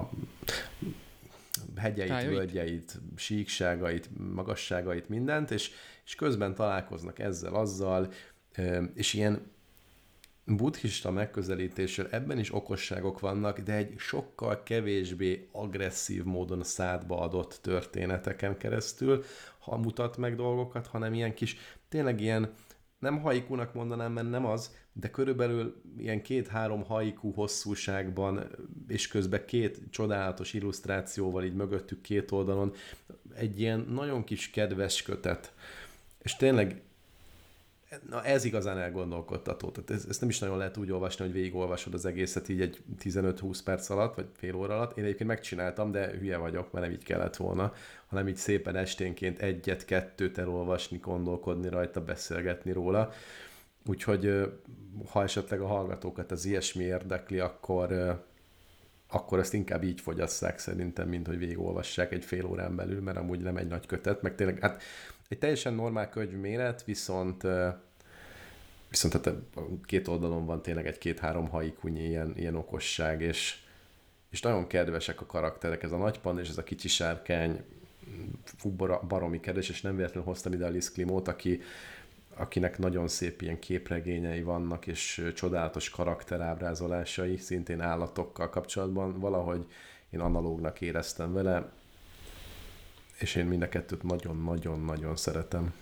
hegyeit, tájait, völgyeit, síkságait, magasságait, mindent, és közben találkoznak ezzel-azzal, és ilyen buddhista megközelítéssel ebben is okosságok vannak, de egy sokkal kevésbé agresszív módon szádba adott történeteken keresztül, ha mutat meg dolgokat, hanem ilyen kis, tényleg ilyen, nem haikunak mondanám, mert nem az, de körülbelül ilyen 2-3 haiku hosszúságban, és közben 2 csodálatos illusztrációval így mögöttük 2 oldalon, egy ilyen nagyon kis kedves kötet. És tényleg na ez igazán elgondolkodtató. Tehát ezt nem is nagyon lehet úgy olvasni, hogy végigolvasod az egészet így egy 15-20 perc alatt, vagy fél óra alatt. Én egyébként megcsináltam, de hülye vagyok, mert nem így kellett volna, hanem így szépen esténként 1-2 elolvasni, gondolkodni rajta, beszélgetni róla. Úgyhogy ha esetleg a hallgatókat az ilyesmi érdekli, akkor ezt inkább így fogyasszák szerintem, mint hogy végigolvassák egy fél órán belül, mert amúgy nem egy nagy kötet, meg tényleg, hát egy teljesen normál könyv méret, viszont hát a 2 oldalon van tényleg egy 2-3 haikunyi ilyen okosság, és nagyon kedvesek a karakterek, ez a Nagy Panda és ez a Kicsi Sárkány, baromi kedves, és nem véletlenül hoztam ide a Liz Klimót, akinek nagyon szép ilyen képregényei vannak, és csodálatos karakterábrázolásai, szintén állatokkal kapcsolatban. Valahogy én analógnak éreztem vele, és én mind a kettőt nagyon-nagyon-nagyon szeretem.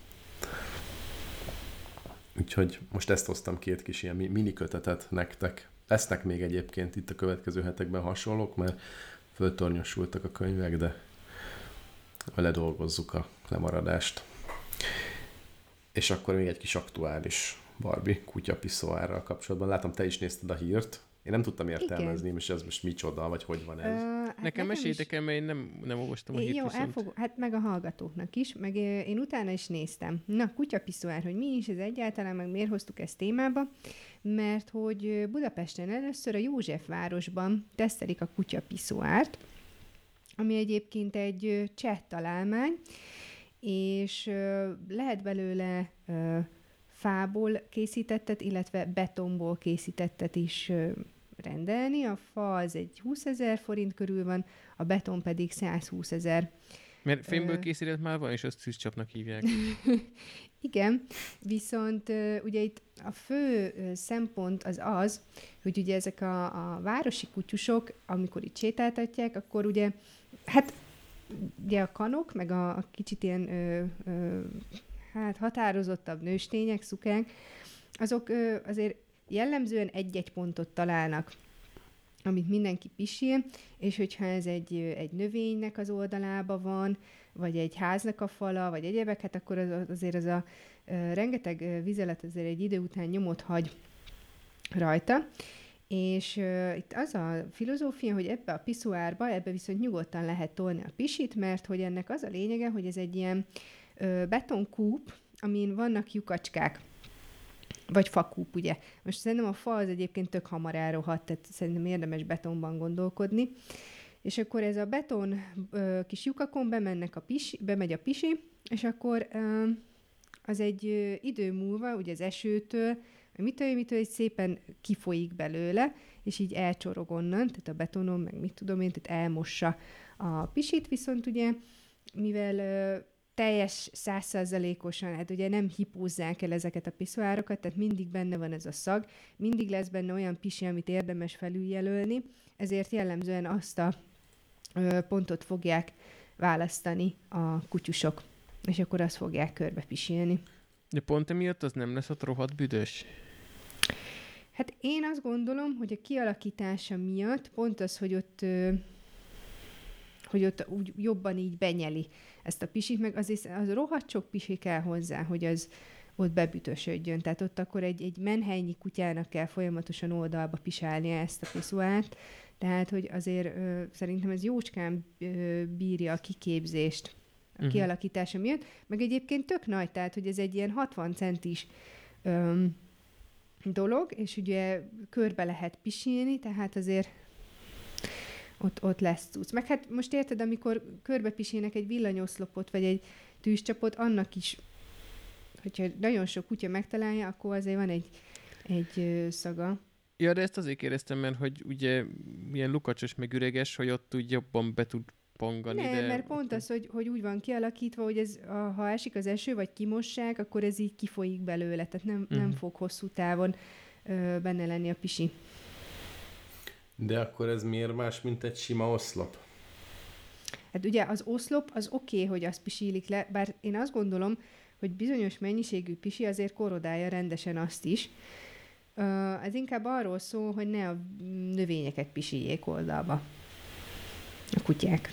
Úgyhogy most ezt hoztam 2 kis ilyen mini kötetet nektek. Lesznek még egyébként itt a következő hetekben hasonlók, mert föltornyosultak a könyvek, de ledolgozzuk a lemaradást. És akkor még egy kis aktuális Barbie kutyapiszoárral kapcsolatban. Látom, te is nézted a hírt. Én nem tudtam értelmezni, és ez most micsoda, vagy hogy van ez. Hát nekem meséljétek el, mert én nem olvastam a hírt jó, viszont. hát meg a hallgatóknak is, meg én utána is néztem. Na, kutyapiszoár, hogy mi is ez egyáltalán, meg miért hoztuk ezt témába, mert hogy Budapesten először a Józsefvárosban tesztelik a kutyapiszoárt, ami egyébként egy cseh találmány, és lehet belőle fából készítettet, illetve betonból készítettet is rendelni. A fa az egy 20 000 forint körül van, a beton pedig 120 000. Mert fémből készített már van, és azt tűzcsapnak hívják. Igen, viszont ugye itt a fő szempont az, hogy ugye ezek a városi kutyusok, amikor itt sétáltatják, akkor ugye, hát ugye a kanok, meg a kicsit ilyen határozottabb nőstények, szukák, azok azért jellemzően egy-egy pontot találnak, amit mindenki pisil, és hogyha ez egy növénynek az oldalába van, vagy egy háznak a fala, vagy egyebek, hát akkor azért az a rengeteg vizelet azért egy idő után nyomot hagy rajta, és itt az a filozófia, hogy ebbe a piszoárba, ebbe viszont nyugodtan lehet tolni a pisit, mert hogy ennek az a lényege, hogy ez egy ilyen betonkúp, amin vannak lyukacskák, vagy fakúp, ugye. Most szerintem a fa az egyébként tök hamar elrohadt, tehát szerintem érdemes betonban gondolkodni. És akkor ez a beton kis lyukakon bemegy a pisi, és akkor az egy idő múlva, ugye az esőtől, mitől egy szépen kifolyik belőle, és így elcsorog onnan, tehát a betonon, meg mit tudom én, tehát elmossa a pisit, viszont ugye, mivel teljes 100%-osan, hát ugye nem hipózzák el ezeket a piszoárokat, tehát mindig benne van ez a szag, mindig lesz benne olyan pisi, amit érdemes felüljelölni, ezért jellemzően azt a pontot fogják választani a kutyusok, és akkor azt fogják körbe pisilni. De pont emiatt az nem lesz ott rohadt büdös? Hát én azt gondolom, hogy a kialakítása miatt pont az, hogy ott úgy jobban így benyeli ezt a pisit, meg az rohadt sok pisi kell hozzá, hogy az ott bebütösödjön. Tehát ott akkor egy menhelynyi kutyának kell folyamatosan oldalba pisálnia ezt a piszoárt, tehát hogy azért szerintem ez jócskán bírja a kiképzést a kialakítása miatt, meg egyébként tök nagy, tehát hogy ez egy ilyen 60 centis dolog, és ugye körbe lehet pisilni, tehát azért ott lesz cucc. Meg hát most érted, amikor körbe pisilnek egy villanyoszlopot, vagy egy tűzcsapot, annak is, hogyha nagyon sok kutya megtalálja, akkor azért van egy szaga. Ja, de ezt azért kérdeztem, mert hogy ugye ilyen lukacsos, meg üreges, hogy ott úgy jobban be tud pongani. Nem, mert pont az, hogy úgy van kialakítva, hogy ez, ha esik az eső, vagy kimossák, akkor ez így kifolyik belőle, tehát nem fog hosszú távon benne lenni a pisi. De akkor ez miért más, mint egy sima oszlop? Hát ugye az oszlop az oké, hogy az pisílik le, bár én azt gondolom, hogy bizonyos mennyiségű pisi azért korodálja rendesen azt is. Ez inkább arról szól, hogy ne a növényeket pisiljék oldalba a kutyák.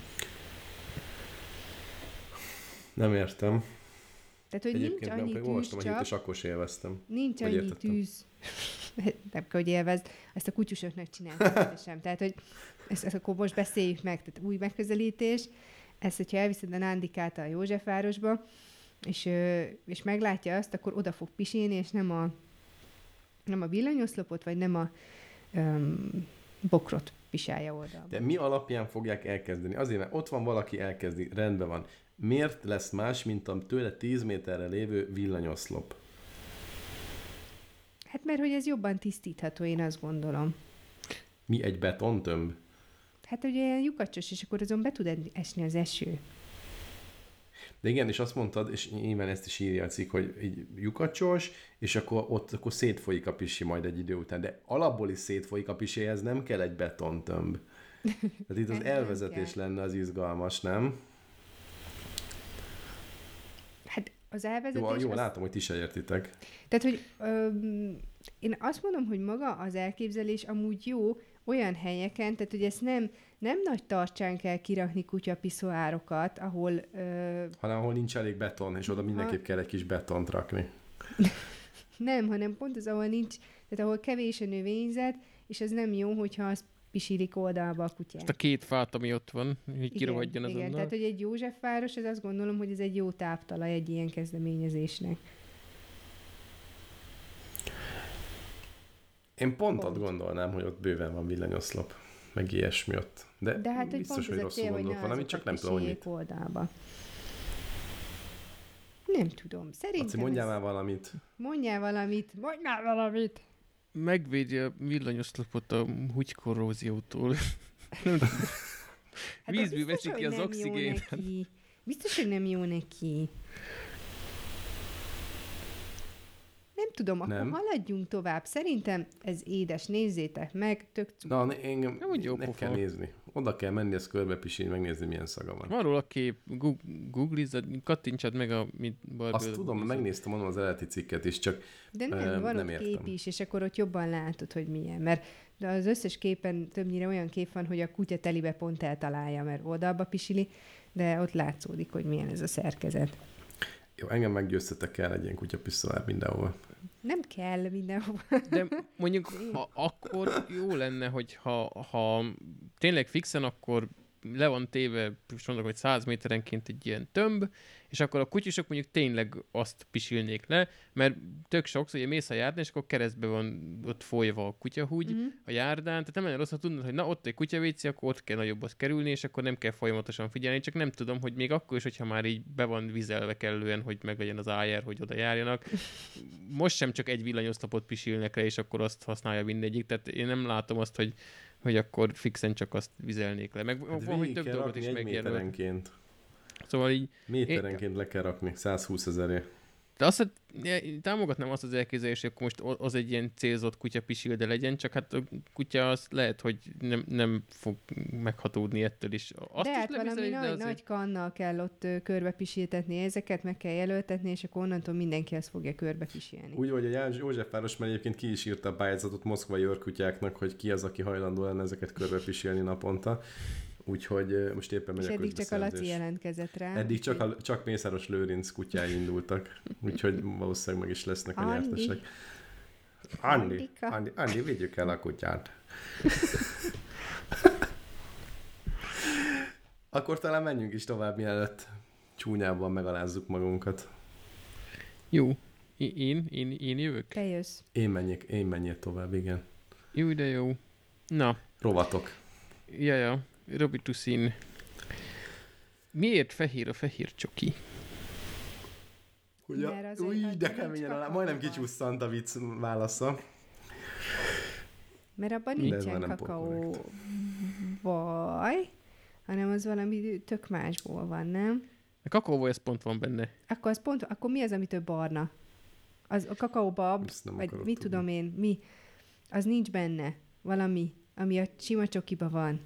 Nem értem. Tehát, hogy egyébként nincs annyi olvastam a hírt, és tűzcsap, akkor se élveztem. nincs Vagy annyi értettem. tűz. Nem kell, hogy élvezd, ezt a kutyusoknak csinálják sem. Tehát, hogy ezt akkor most beszéljük meg, tehát új megközelítés. Ezt, hogyha elviszed a Nándikát a Józsefvárosba, és meglátja azt, akkor oda fog pisilni, és nem a villanyoszlopot, vagy nem a bokrot pisálja oldalba. De mi alapján fogják elkezdeni? Azért, mert ott van valaki elkezdi, rendben van. Miért lesz más, mint a tőle 10 méterre lévő villanyoszlop? Hát mert hogy ez jobban tisztítható, én azt gondolom. Mi egy betontömb? Hát ugye ilyen lyukacsos, és akkor azon be tud esni az eső. De igen, és azt mondtad, és nyilván ezt is írja a cikk, hogy így lyukacsos, és akkor szétfolyik a pisi majd egy idő után. De alapból is szétfolyik a pisi, ez nem kell egy betontömb. Tehát itt az elvezetés lenne az izgalmas, nem? Hát az elvezetés... Jó, látom, hogy ti se értitek. Tehát, hogy én azt mondom, hogy maga az elképzelés amúgy jó olyan helyeken, tehát, hogy ezt nem nagy tartsán kell kirakni kutyapiszoárokat, ahol... Hanem ahol nincs elég beton, és oda mindenképp kell egy kis betont rakni. Nem, hanem pont az, ahol nincs, tehát ahol kevés a növényzet, és ez nem jó, hogyha az pisilik oldalba a kutyát. Ezt a két fát, ami ott van, hogy kirohadjon azonnal. Igen, tehát hogy egy Józsefváros, ez azt gondolom, hogy ez egy jó táptalaj egy ilyen kezdeményezésnek. Én pont ott gondolnám, hogy ott bőven van villanyoszlop, meg ilyesmi ott. De hát, hogy biztos, hogy rosszul gondolok valamit, csak nem tudom, hogy mit. Oldalba. Nem tudom. Szerintem Laci, mondjál már valamit. Mondjál valamit. Megvédje a villanyoszlopot a húgykorróziótól. Vízből veszik ki az oxigént. Biztos, hogy nem jó neki. Nem tudom, akkor haladjunk tovább. Szerintem ez édes, nézzétek meg, tök Na, engem kell nézni. Oda kell menni, ezt körbepisilni, megnézni, milyen szaga van. Van róla kép, googlizzad, kattintsad meg a... Azt tudom, megnéztem, mondom az eredeti cikket is, csak de nem, van nem ott értem. kép is, és akkor ott jobban látod, hogy milyen. Mert de az összes képen többnyire olyan kép van, hogy a kutya telibe pont eltalálja, mert oldalba pisili, de ott látszódik, hogy milyen ez a szerkezet. Jó, engem meggyőztetek el egy ilyen kutyapisztolyát mindenhol. Nem kell mindenhova. De mondjuk akkor jó lenne, hogy ha tényleg fixen, akkor le van téve, most mondok, hogy 100 méterenként egy ilyen tömb, és akkor a kutyusok mondjuk tényleg azt pisilnék le, mert tök sokszor, ugye mész a járdán, és akkor keresztbe van ott folyva a kutyahúgy a járdán, tehát nem lenne rossz, ha tudnod, hogy na ott egy kutyavécé, akkor ott kell nagyobbhoz kerülni, és akkor nem kell folyamatosan figyelni, csak nem tudom, hogy még akkor is, hogyha már így be van vizelve kellően, hogy meglegyen az ájár, hogy oda járjanak. Most sem csak egy villanyoszlopot pisilnek le, és akkor azt használja mindegyik, tehát én nem látom azt, hogy akkor fixen csak azt vizelnék le. Meg Hát van, hogy több dolgot is megjelölt. Szóval így... Méterenként le kell rakni, 120 000-ért. De azt, támogatnám azt az elképzelést, hogy akkor most az egy ilyen célzott kutyapisilde legyen, csak hát a kutya az lehet, hogy nem fog meghatódni ettől is. Azt de is hát valami nagy kannal kell ott körbepisiltetni ezeket, meg kell jelöltetni, és akkor onnantól mindenki azt fogja körbepisilni. Úgy, hogy a Józsefváros már egyébként ki is írta a pályázatot moszkvai őrkutyáknak, hogy ki az, aki hajlandó lenne ezeket körbepisilni naponta. Úgyhogy most éppen megy a eddig csak a Laci jelentkezett rá. Eddig csak Mészáros Lőrinc kutyái indultak. Úgyhogy valószínűleg meg is lesznek a nyertesek. Andi, vigyük el a kutyát. Akkor talán menjünk is tovább, mielőtt csúnyában megalázzuk magunkat. Jó. Én jövök? Te jössz. Én menjek tovább, igen. Jó, de jó. Na. Rovatok. Ja. Robitussin. Miért fehér a fehér csoki? De keményen alá. Majdnem kicsúsztant a vicc válasza. Mert abban nincsen kakaó vaj, hanem az valami tök másból van, nem? A kakaóvaj, ez pont van benne. Akkor mi az, amitől barna? Az a kakaóbab, vagy mit tudom én, mi? Az nincs benne. Valami, ami a sima csokiba van.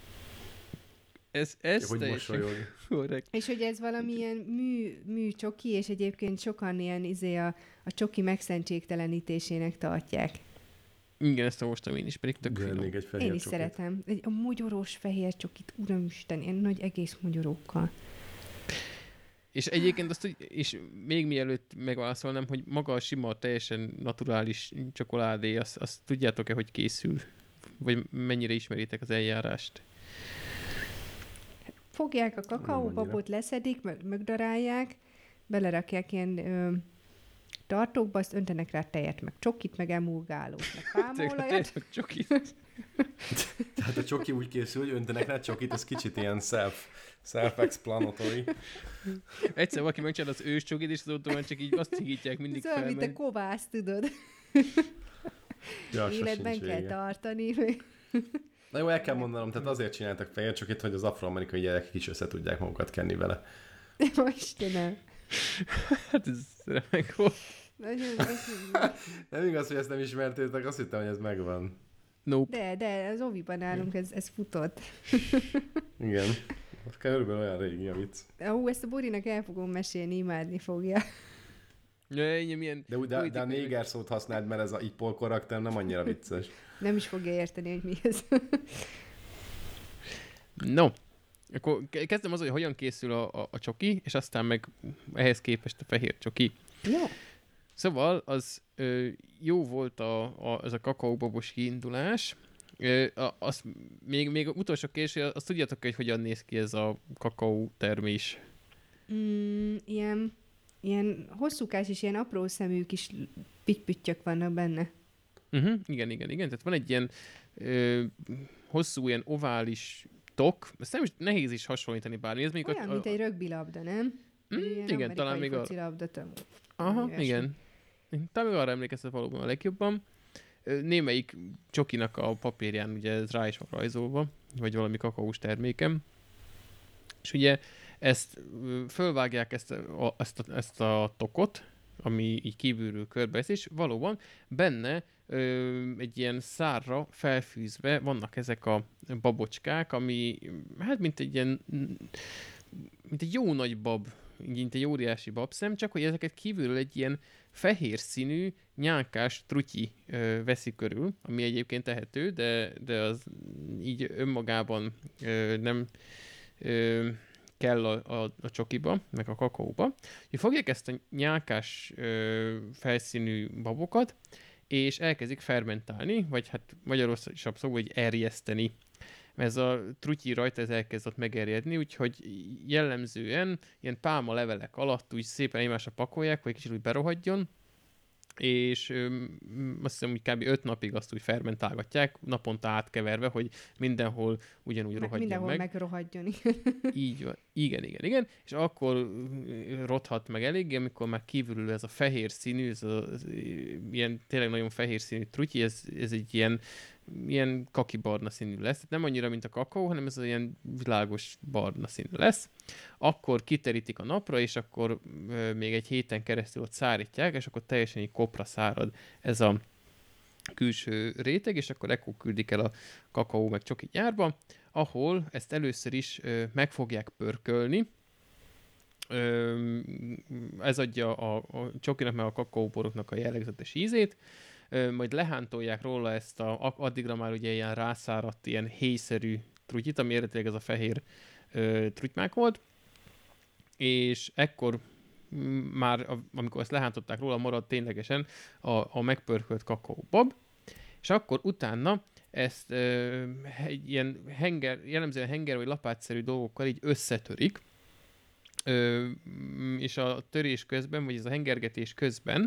Ez teljesen korrekt. És hogy ez valamilyen mű csoki, és egyébként sokan ilyen a csoki megszentségtelenítésének tartják. Igen, ezt olvastam én is, pedig tök finom. Én is csokit. Szeretem. A mogyorós fehér csokit, uramisten, ilyen nagy egész mogyorókkal. És egyébként azt, és még mielőtt megválaszolnám, hogy maga a sima, teljesen naturális csokoládé, azt tudjátok-e, hogy készül? Vagy mennyire ismeritek az eljárást? Fogják a kakaóbabot, leszedik, megdarálják, belerakják ilyen tartókba, azt öntenek rá tejet, meg csokit, meg emulgálót, meg pálmaolajat. Tehát a csoki úgy készül, hogy öntenek rá csokit, ez kicsit ilyen self-explanatory. Egyszer valaki megcsinál az ős csokit, és az autóban csak így azt higítják mindig fel. Szóval, mint a kovász, tudod. Ja, életben kell tartani. Na jó, el kell mondanom, tehát azért csináltak fehér csokit, hogy az afroamerikai gyerekek is össze tudják magukat kenni vele. Istenem. Hát ez remek volt. Nem igaz, hogy ezt nem ismertétek, azt hittem, hogy ez megvan. Nope. De az óviban nálunk ez futott. Igen. Körülbelül olyan régi a vicc. Ezt a Borinak el fogom mesélni, imádni fogja. De a néger szót használd, mert ez a ipol karakter nem annyira vicces. Nem is fogja érteni, hogy mi ez. No. Akkor kezdem az, hogy hogyan készül a csoki, és aztán meg ehhez képest a fehér csoki. Jó. Szóval az jó volt ez a kakaóbabos kiindulás. Azt még utolsó kérdés, azt tudjátok, hogy hogyan néz ki ez a kakaó termés? Ilyen hosszúkás és ilyen apró szemű kis pitty-püttyök vannak benne. Igen. Tehát van egy ilyen hosszú, ilyen ovális tok. Ezt nem is nehéz is hasonlítani bármi. Ez olyan, mint egy rögbilabda, nem? Igen, talán még Aha, igen. Talán még arra emlékeztet valóban a legjobban. Némelyik csokinak a papírján ugye ez rá is van rajzolva, vagy valami kakaós termékem. És ugye ezt fölvágják ezt a tokot, ami így kívülről körbeesz, és valóban benne egy ilyen szárra felfűzve vannak ezek a babocskák, ami hát mint egy jó nagy bab, mint egy óriási babszem, csak hogy ezeket kívülről egy ilyen fehér színű, nyálkás trutyi veszi körül, ami egyébként tehető, de az így önmagában nem kell a csokiba, meg a kakaóba. Úgyhogy fogják ezt a nyálkás felszínű babokat, és elkezdik fermentálni, vagy hát magyarosabb szó, hogy erjeszteni. Ez a trutyi rajta ez elkezdett megerjedni, úgyhogy jellemzően ilyen pálma levelek alatt úgy szépen egymásra pakolják, hogy kicsit úgy berohadjon, és azt hiszem, hogy kb. 5 napig azt úgy fermentálgatják, naponta átkeverve, hogy mindenhol ugyanúgy rohadjon mindenhol meg. megrohadjon. Így van. Igen. És akkor rothat meg eléggé, amikor már kívülül ez a fehér színű, ilyen tényleg nagyon fehér színű trutyi, ez egy ilyen kaki barna színű lesz. Tehát nem annyira, mint a kakaó, hanem ez ilyen világos barna színű lesz. Akkor kiterítik a napra, és akkor még egy héten keresztül ott szárítják, és akkor teljesen így kopra szárad ez a külső réteg, és akkor ekkor küldik el a kakaó meg csoki gyárba, ahol ezt először is meg fogják pörkölni. Ez adja a csokinak meg a kakaóboroknak a jellegzetes ízét, majd lehántolják róla ezt addigra már ugye ilyen rászáradt, ilyen héjszerű trutyit, ami eredetileg ez a fehér trutymák volt, és ekkor már, amikor ezt lehántották róla, marad ténylegesen a megpörkölt kakaóbab, és akkor utána ezt egy ilyen jellemzően henger vagy lapátszerű dolgokkal így összetörik, és a törés közben, vagy ez a hengergetés közben,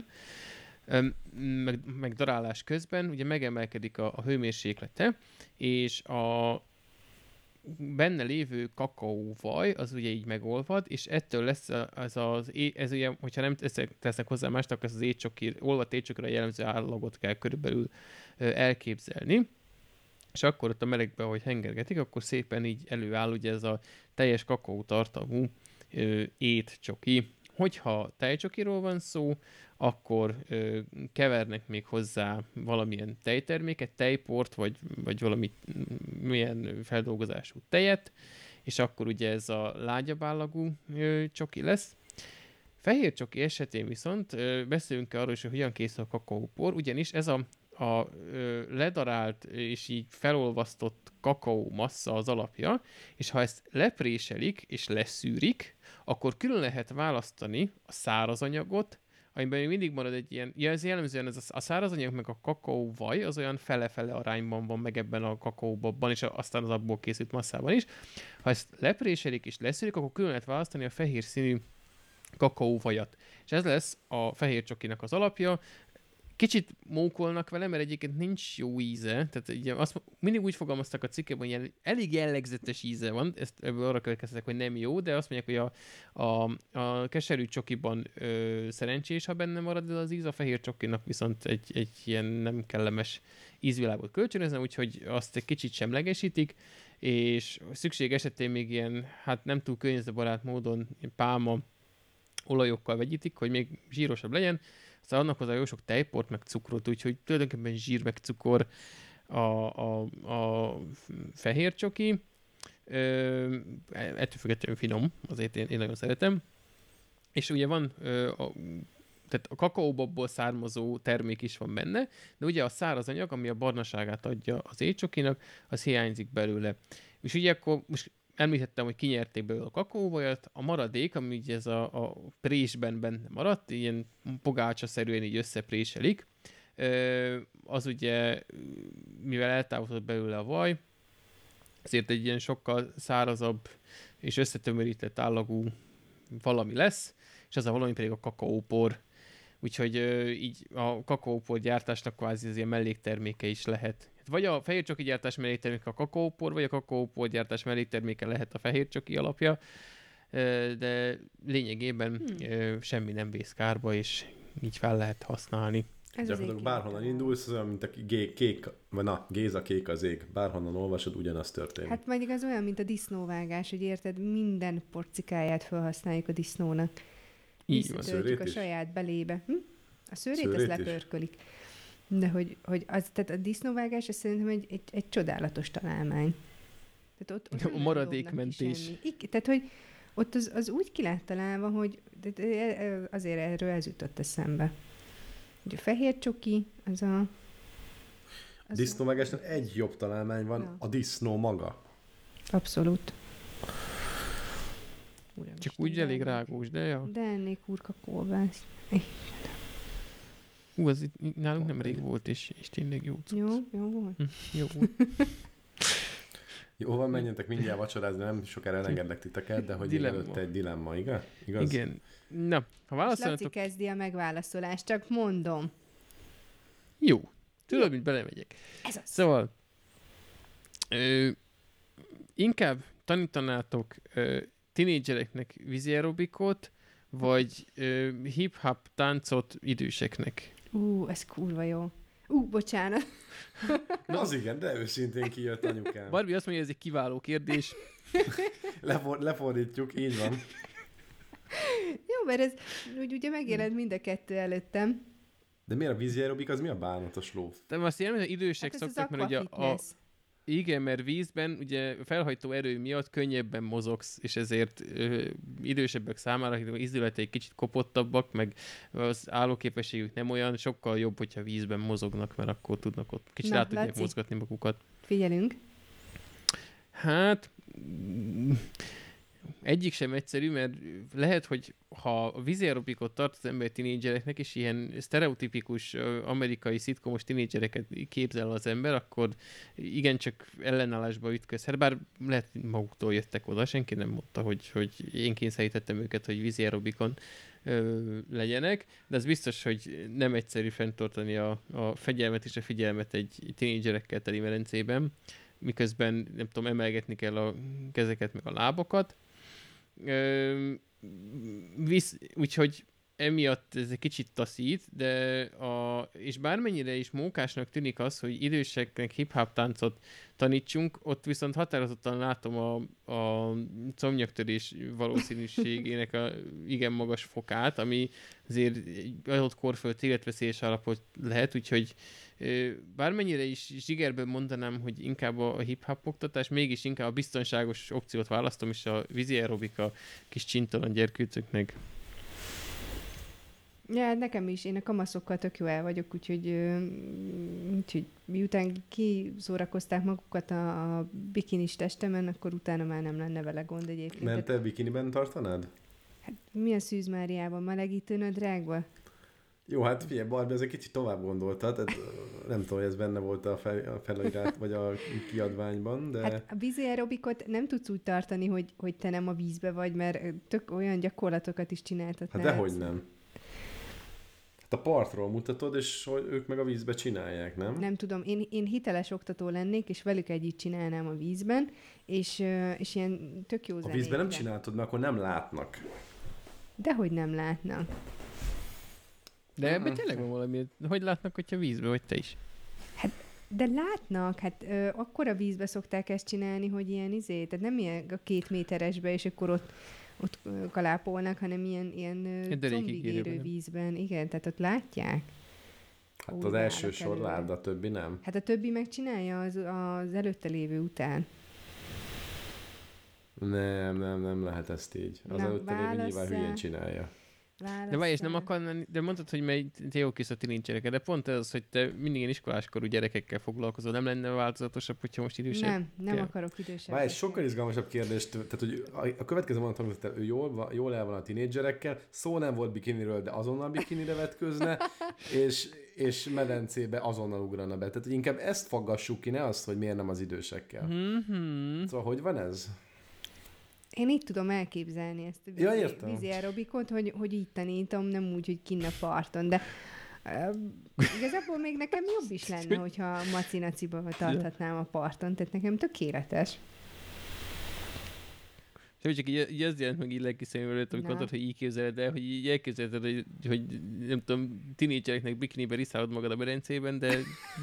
meg darálás közben ugye megemelkedik a hőmérséklete, és a benne lévő kakaóvaj az ugye így megolvad, és ettől lesz ez ugye, hogyha nem tesznek hozzá mást, akkor ez az olvadt étcsokira jellemző állagot kell körülbelül elképzelni, és akkor ott a melegbe, ahogy hengergetik, akkor szépen így előáll ugye ez a teljes kakaótartalmú étcsoki. Hogyha tejcsokiról van szó, akkor kevernek még hozzá valamilyen tejterméket, tejport, vagy valami milyen feldolgozású tejet, és akkor ugye ez a lágyabb állagú csoki lesz. Fehér csoki esetén viszont beszélünk arról is, hogy hogyan készül a kakaópor, ugyanis ez a ledarált és így felolvasztott kakaó massza az alapja, és ha ezt lepréselik és leszűrik, akkor külön lehet választani a száraz anyagot, amiben még mindig marad egy ilyen, ez jellemzően ez a száraz anyag meg a kakaóvaj, az olyan fele-fele arányban van meg ebben a kakaóbabban, és aztán az abból készült masszában is. Ha ezt lepréselik és leszűrik, akkor külön lehet választani a fehér színű kakaóvajat. És ez lesz a fehér csokinak az alapja. Kicsit mókolnak vele, mert egyébként nincs jó íze, tehát ugye mindig úgy fogalmaztak a cikkeben, hogy elég jellegzetes íze van, ebből arra következtetek, hogy nem jó, de azt mondják, hogy a keserű csokiban szerencsés, ha benne marad ez az íz, a fehér csokinak viszont egy ilyen nem kellemes ízvilágot kölcsönözne, úgyhogy azt egy kicsit semlegesítik, és szükség esetén még ilyen, hát nem túl környezetbarát módon pálma olajokkal vegyítik, hogy még zsírosabb legyen. Aztán annak hozzá jó sok tejport, meg cukrot, úgyhogy tulajdonképpen zsír, meg cukor a fehér csoki. Ettől függetlenül finom, azért én nagyon szeretem. És ugye van, tehát a kakaóbabból származó termék is van benne, de ugye a száraz anyag, ami a barnaságát adja az étcsokinak, az hiányzik belőle. És ugye akkor most említettem, hogy kinyerték belőle a kakaóvajat, a maradék, ami ugye ez a présben benne maradt, ilyen pogácsaszerűen így összepréselik, az ugye, mivel eltávolodott belőle a vaj, ezért egy ilyen sokkal szárazabb és összetömörített állagú valami lesz, és az a valami pedig a kakaópor. Úgyhogy így a kakaópor gyártásnak kvázi az ilyen mellékterméke is lehet. Vagy a fehércsoki gyártás mellékterméke a kakaópor, vagy a kakaópor gyártás mellékterméke lehet a fehércsoki alapja, de lényegében semmi nem vész kárba, és így fel lehet használni. Gyakorlatilag bárhonnan indulsz, az olyan, mint a Géza kék az ég. Bárhonnan olvasod, ugyanaz történik. Hát mondjuk az olyan, mint a disznóvágás, hogy érted, minden porcikáját felhasználjuk a disznónak. Így van. Visszatöltjük a saját belébe. A szőrét Szőrét azt lepörkölik. De hogy az, tehát a disznóvágás, ez szerintem egy csodálatos találmány. Tehát ott a maradékmentés. Tehát, hogy ott az úgy ki lett találva, hogy azért erről ez jutott eszembe. Hogy a fehér csoki, az a... Disznóvágásnál egy jobb találmány van, ja. A disznó maga. Abszolút. Uram, csak úgy elég rágós, de ja. De ennék úrka kolbász. Az itt nálunk nem rég volt, és tényleg jó cucc. Jó volt. Jó volt. Jó van, menjetek mindjárt vacsorázni, nem sokára elengedlek titeket, de hogy előtte egy dilemma, igaz? Igen. Na, ha válaszolnatok... Laci kezdi a megválaszolást, csak mondom. Jó. Tudod, mint belemegyek. Ez az. Szóval, inkább tanítanátok tinédzsereknek vízi aerobikot, vagy hip-hop táncot időseknek? Ez kurva jó. Bocsánat. Na, az igen, de őszintén kijött anyukám. Barbie azt mondja, ez egy kiváló kérdés. Lefordítjuk, így van. Jó, mert ez ugye megjelent mind a kettő előttem. De miért a vízi aerobik, az mi a bánatos ló? De azt jelenti, hogy idősek hát szoktak, mert ugye igen, mert vízben ugye felhajtó erő miatt könnyebben mozogsz, és ezért idősebbek számára, akik az izzületei kicsit kopottabbak, meg az állóképességük nem olyan, sokkal jobb, hogyha vízben mozognak, mert akkor tudnak ott kicsit át tudják mozgatni magukat. Figyelünk. Hát... Egyik sem egyszerű, mert lehet, hogy ha a vízi aerobikot tart az ember tinédzsereknek, és ilyen sztereotipikus amerikai szitkomos tinédzsereket képzel az ember, akkor igencsak ellenállásba ütközhet. Bár lehet, maguktól jöttek oda, senki nem mondta, hogy én kényszerítettem őket, hogy vízi aerobikon legyenek, de az biztos, hogy nem egyszerű fenntartani a fegyelmet és a figyelmet egy tinédzserekkel teli medencében, miközben, nem tudom, emelgetni kell a kezeket meg a lábakat. Úgyhogy emiatt ez egy kicsit taszít, és bármennyire is mókásnak tűnik az, hogy időseknek hip-hop táncot tanítsunk, ott viszont határozottan látom a comnyaktörés valószínűségének a igen magas fokát, ami azért egy adott korföld életveszélyes állapot lehet, úgyhogy bármennyire is zsigerben mondanám, hogy inkább a hip-hop oktatás, mégis inkább a biztonságos opciót választom, és a vízi aerobika kis csintalan gyerkőcöknek. Ja, nekem is. Én a kamaszokkal tök jó el vagyok, úgyhogy miután kiszórakozták magukat a bikinis testemen, akkor utána már nem lenne vele gond egyébként. Mert te bikiniben tartanád? Hát mi a Szűz Máriában? Melegítő nadrágban? Jó, hát figyelj, Barbie, ez egy kicsit tovább gondoltad, tehát nem tudom, hogy ez benne volt a felirat vagy a kiadványban, de... Hát a vízi aerobikot nem tudsz úgy tartani, hogy te nem a vízbe vagy, mert tök olyan gyakorlatokat is csináltatnál. Hát dehogy nem. Hát a partról mutatod, és ők meg a vízbe csinálják, nem? Nem tudom, én hiteles oktató lennék, és velük együtt csinálnám a vízben, és ilyen tök jó A vízben nem csináltod, mert akkor nem látnak. Dehogy nem látnak. De ebben tényleg van valami, hogy látnak, hogyha vízbe vagy te is? Hát, de látnak, hát akkor a vízbe szokták ezt csinálni, hogy ilyen tehát nem ilyen a 2 méteresbe, és akkor ott kalápolnak, hanem ilyen combig érő vízben. Igen, tehát ott látják. Hát az első sor lát, de a többi nem. Hát a többi megcsinálja az előtte lévő után. Nem lehet ezt így. Az előtte lévő nyilván hülyén csinálja. De várj, és nem akarnál, de mondtad, hogy te jó kész a tinédzsereket, de pont ez az, hogy te mindig ilyen iskoláskorú gyerekekkel foglalkozol. Nem lenne változatosabb, hogyha most idősebb? Nem akarok idősebb. Várj, egy sokkal izgalmasabb kérdést, tehát hogy a következő mondatom, hogy te ő jól el van a tinédzserekkel, szó nem volt bikiniről, de azonnal bikinire vetközne, és medencébe azonnal ugrana be. Tehát hogy inkább ezt faggassuk ki, ne azt, hogy miért nem az idősekkel. Szóval hogy van ez? Én így tudom elképzelni ezt a vízi aerobikot, hogy így tanítom, nem úgy, hogy kinn a parton, de igazából még nekem jobb is lenne, hogyha macinaciba tarthatnám a parton, tehát nekem tökéletes. Csak így ez jelent meg így legkiszemű előtt, amikor mondtad, hogy így képzeled el, hogy így elképzelted, hogy nem tudom, tinédzsereknek bikinibe riszálod magad a medencében, de...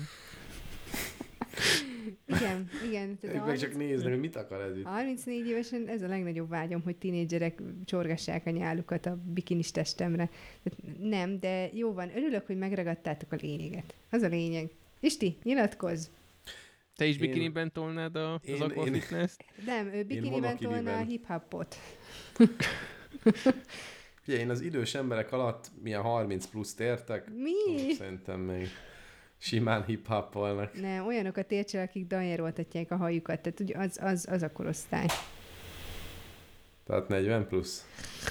Igen. Meg csak néznek, hogy mit akar ez itt. 34 évesen ez a legnagyobb vágyom, hogy tinédzserek csorgassák a nyálukat a bikinis testemre. Nem, de jó van. Örülök, hogy megragadtátok a lényeget. Az a lényeg. Isti, nyilatkozz! Te is bikiniben tolnád az aquafitness-t? Nem, ő bikiniben tolná a hip-hopot. Ugye, én az idős emberek alatt milyen 30 pluszt értek. Mi? Szerintem még simán hip-hopolnak. Nem, olyanokat értsel, akik danjeroltatják a hajukat. Tehát az a korosztály. Tehát 40 plusz.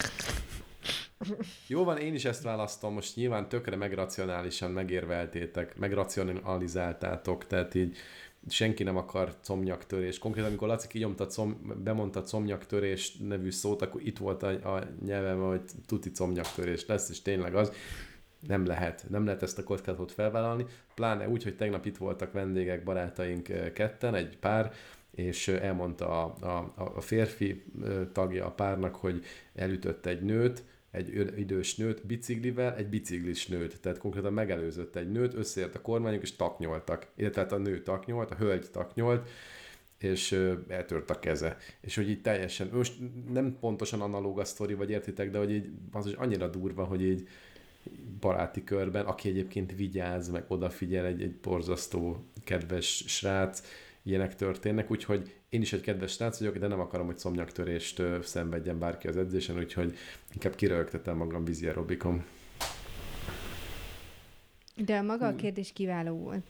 Jó van, én is ezt választom, most nyilván tökre megracionálisan megérveltétek, megracionalizáltátok, tehát így senki nem akar comnyaktörés. Konkrétan, amikor Laci bemondta comnyaktörés nevű szót, akkor itt volt a nyelvem, hogy tuti comnyaktörés lesz, és tényleg az. Nem lehet ezt a kockázatot felvállalni, pláne úgy, hogy tegnap itt voltak vendégek, barátaink ketten, egy pár, és elmondta a férfi tagja a párnak, hogy elütött egy nőt, egy idős nőt biciklivel, egy biciklis nőt, tehát konkrétan megelőzött egy nőt, összeért a kormányok, és taknyoltak, illetve a nő taknyolt, a hölgy taknyolt, és eltört a keze. És hogy így teljesen, most nem pontosan analóg a sztori, vagy értitek, de hogy így az is annyira durva, hogy így baráti körben, aki egyébként vigyáz, meg odafigyel, egy borzasztó kedves srác, ilyenek történnek, úgyhogy én is egy kedves srác vagyok, de nem akarom, hogy szomnyaktörést szenvedjen bárki az edzésen, úgyhogy inkább kirögtetem magam vízi aerobikon. De maga a kérdés kiváló volt.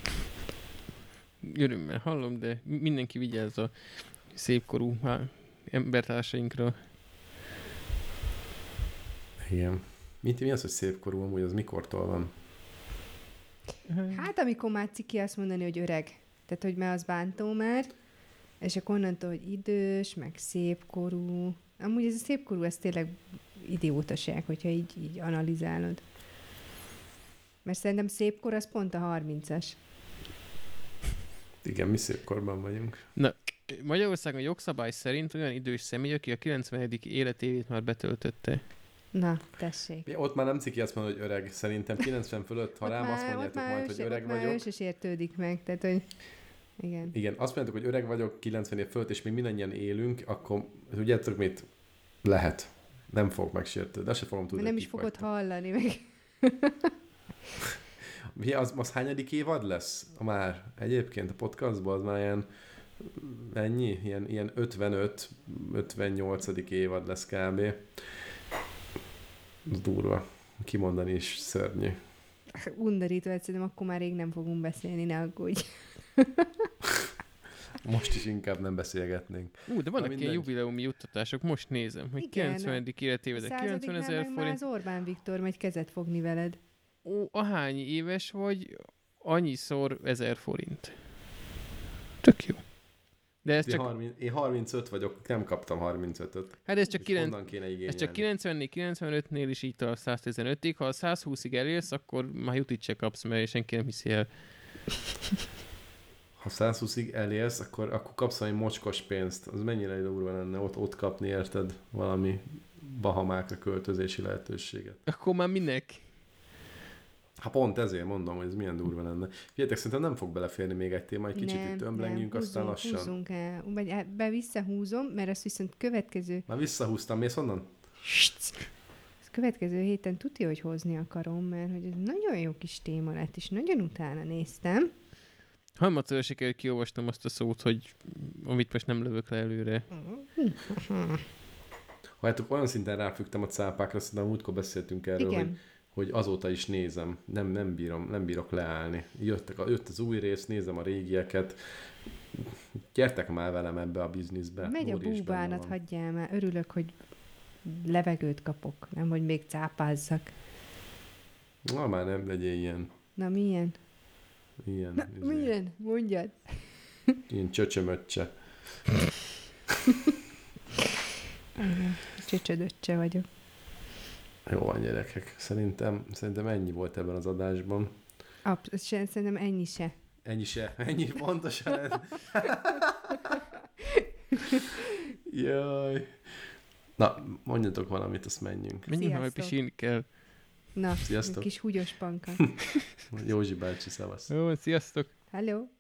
Örömmel hallom, de mindenki vigyázz a szépkorú embertársainkra. Igen. Mi az, hogy szépkorú, amúgy az mikortól van? Hát, amikor már ciki azt mondani, hogy öreg. Tehát, hogy már az bántó már, és akkor onnantól, hogy idős, meg szépkorú. Amúgy ez a szépkorú, ez tényleg idiótaság, hogyha így analizálod. Mert szerintem szépkor az pont a 30-as. Igen, mi szépkorban vagyunk. Na, Magyarországon jogszabály szerint olyan idős személy, aki a 90. életévét már betöltötte. Na, tessék. Ott már nem ciki azt mondani, hogy öreg. Szerintem 90 fölött, ha rám azt mondjátok majd, hogy öreg vagyok. Ott már ő se sértődik meg, tehát, hogy igen. Igen, azt mondjátok, hogy öreg vagyok 90 év fölött, és mi mindannyian élünk, akkor tudjátok mit? Lehet. Nem fogok megsértődni, de azt sem fogom tudni. Nem is fogod hallani meg. Az hányadik évad lesz? Már egyébként a podcastban az már ilyen ennyi? Ilyen 55-58. évad lesz kb. Az durva. Kimondani is szörnyű. Undorító, szerintem akkor már rég nem fogunk beszélni, ne aggódj. Most is inkább nem beszélgetnénk. De vannak ilyen jubileumi juttatások, most nézem, hogy igen, 90. életévedek 90 000 forint. Már az Orbán Viktor megy kezet fogni veled. Ahány éves vagy, annyiszor 1000 forint. Tök jó. De ez csak... Én 35 vagyok, nem kaptam 35-öt. Hát ez csak, ez csak 90-95-nél is így tart 115-ig. Ha 120-ig elérsz, akkor már jutit se kapsz, mert senki nem hiszi el. Ha 120-ig elérsz, akkor kapsz valami mocskos pénzt. Az mennyire durva lenne ott kapni, érted? Valami Bahamákra költözési lehetőséget. Akkor már minek? Ha pont ezért mondom, hogy ez milyen durva lenne. Figyeljetek, szerintem nem fog beleférni még egy téma, egy kicsit itt ömblengjünk, aztán lassan. Húzzunk el. Vagy visszahúzom, mert azt viszont következő... Már visszahúztam, mész onnan? Ezt következő héten tudja, hogy hozni akarom, mert hogy ez nagyon jó kis téma lett, és nagyon utána néztem. Harmadszor sikerült kiolvastam azt a szót, hogy amit most nem lövök le előre. Halljátok, olyan szinten ráfügtem a cápákra, szerintem múltkor beszéltünk erről, Igen. hogy azóta is nézem, nem bírok leállni. Jött az új rész, nézem a régieket. Gyertek már velem ebbe a bizniszbe. Megy a Nóri is benne búbánat, van. hagyjál már. Örülök, hogy levegőt kapok, nem, hogy még cápázzak. Na már nem legyél ilyen. Na, milyen? Ilyen, Milyen? Mondjad. ilyen csöcsömöccse. Igen, csöcsödöccse vagyok. Jó van, gyerekek. Szerintem ennyi volt ebben az adásban. Szerintem ennyi se. Ennyi pontosan ez. Jaj. Na, mondjatok valamit, azt menjünk. Menjünk, ha majd Sziasztok. pisilni kell. Na, Sziasztok. kis húgyos panka. Józsi bácsi, szavasz. Jó, sziasztok! Hello.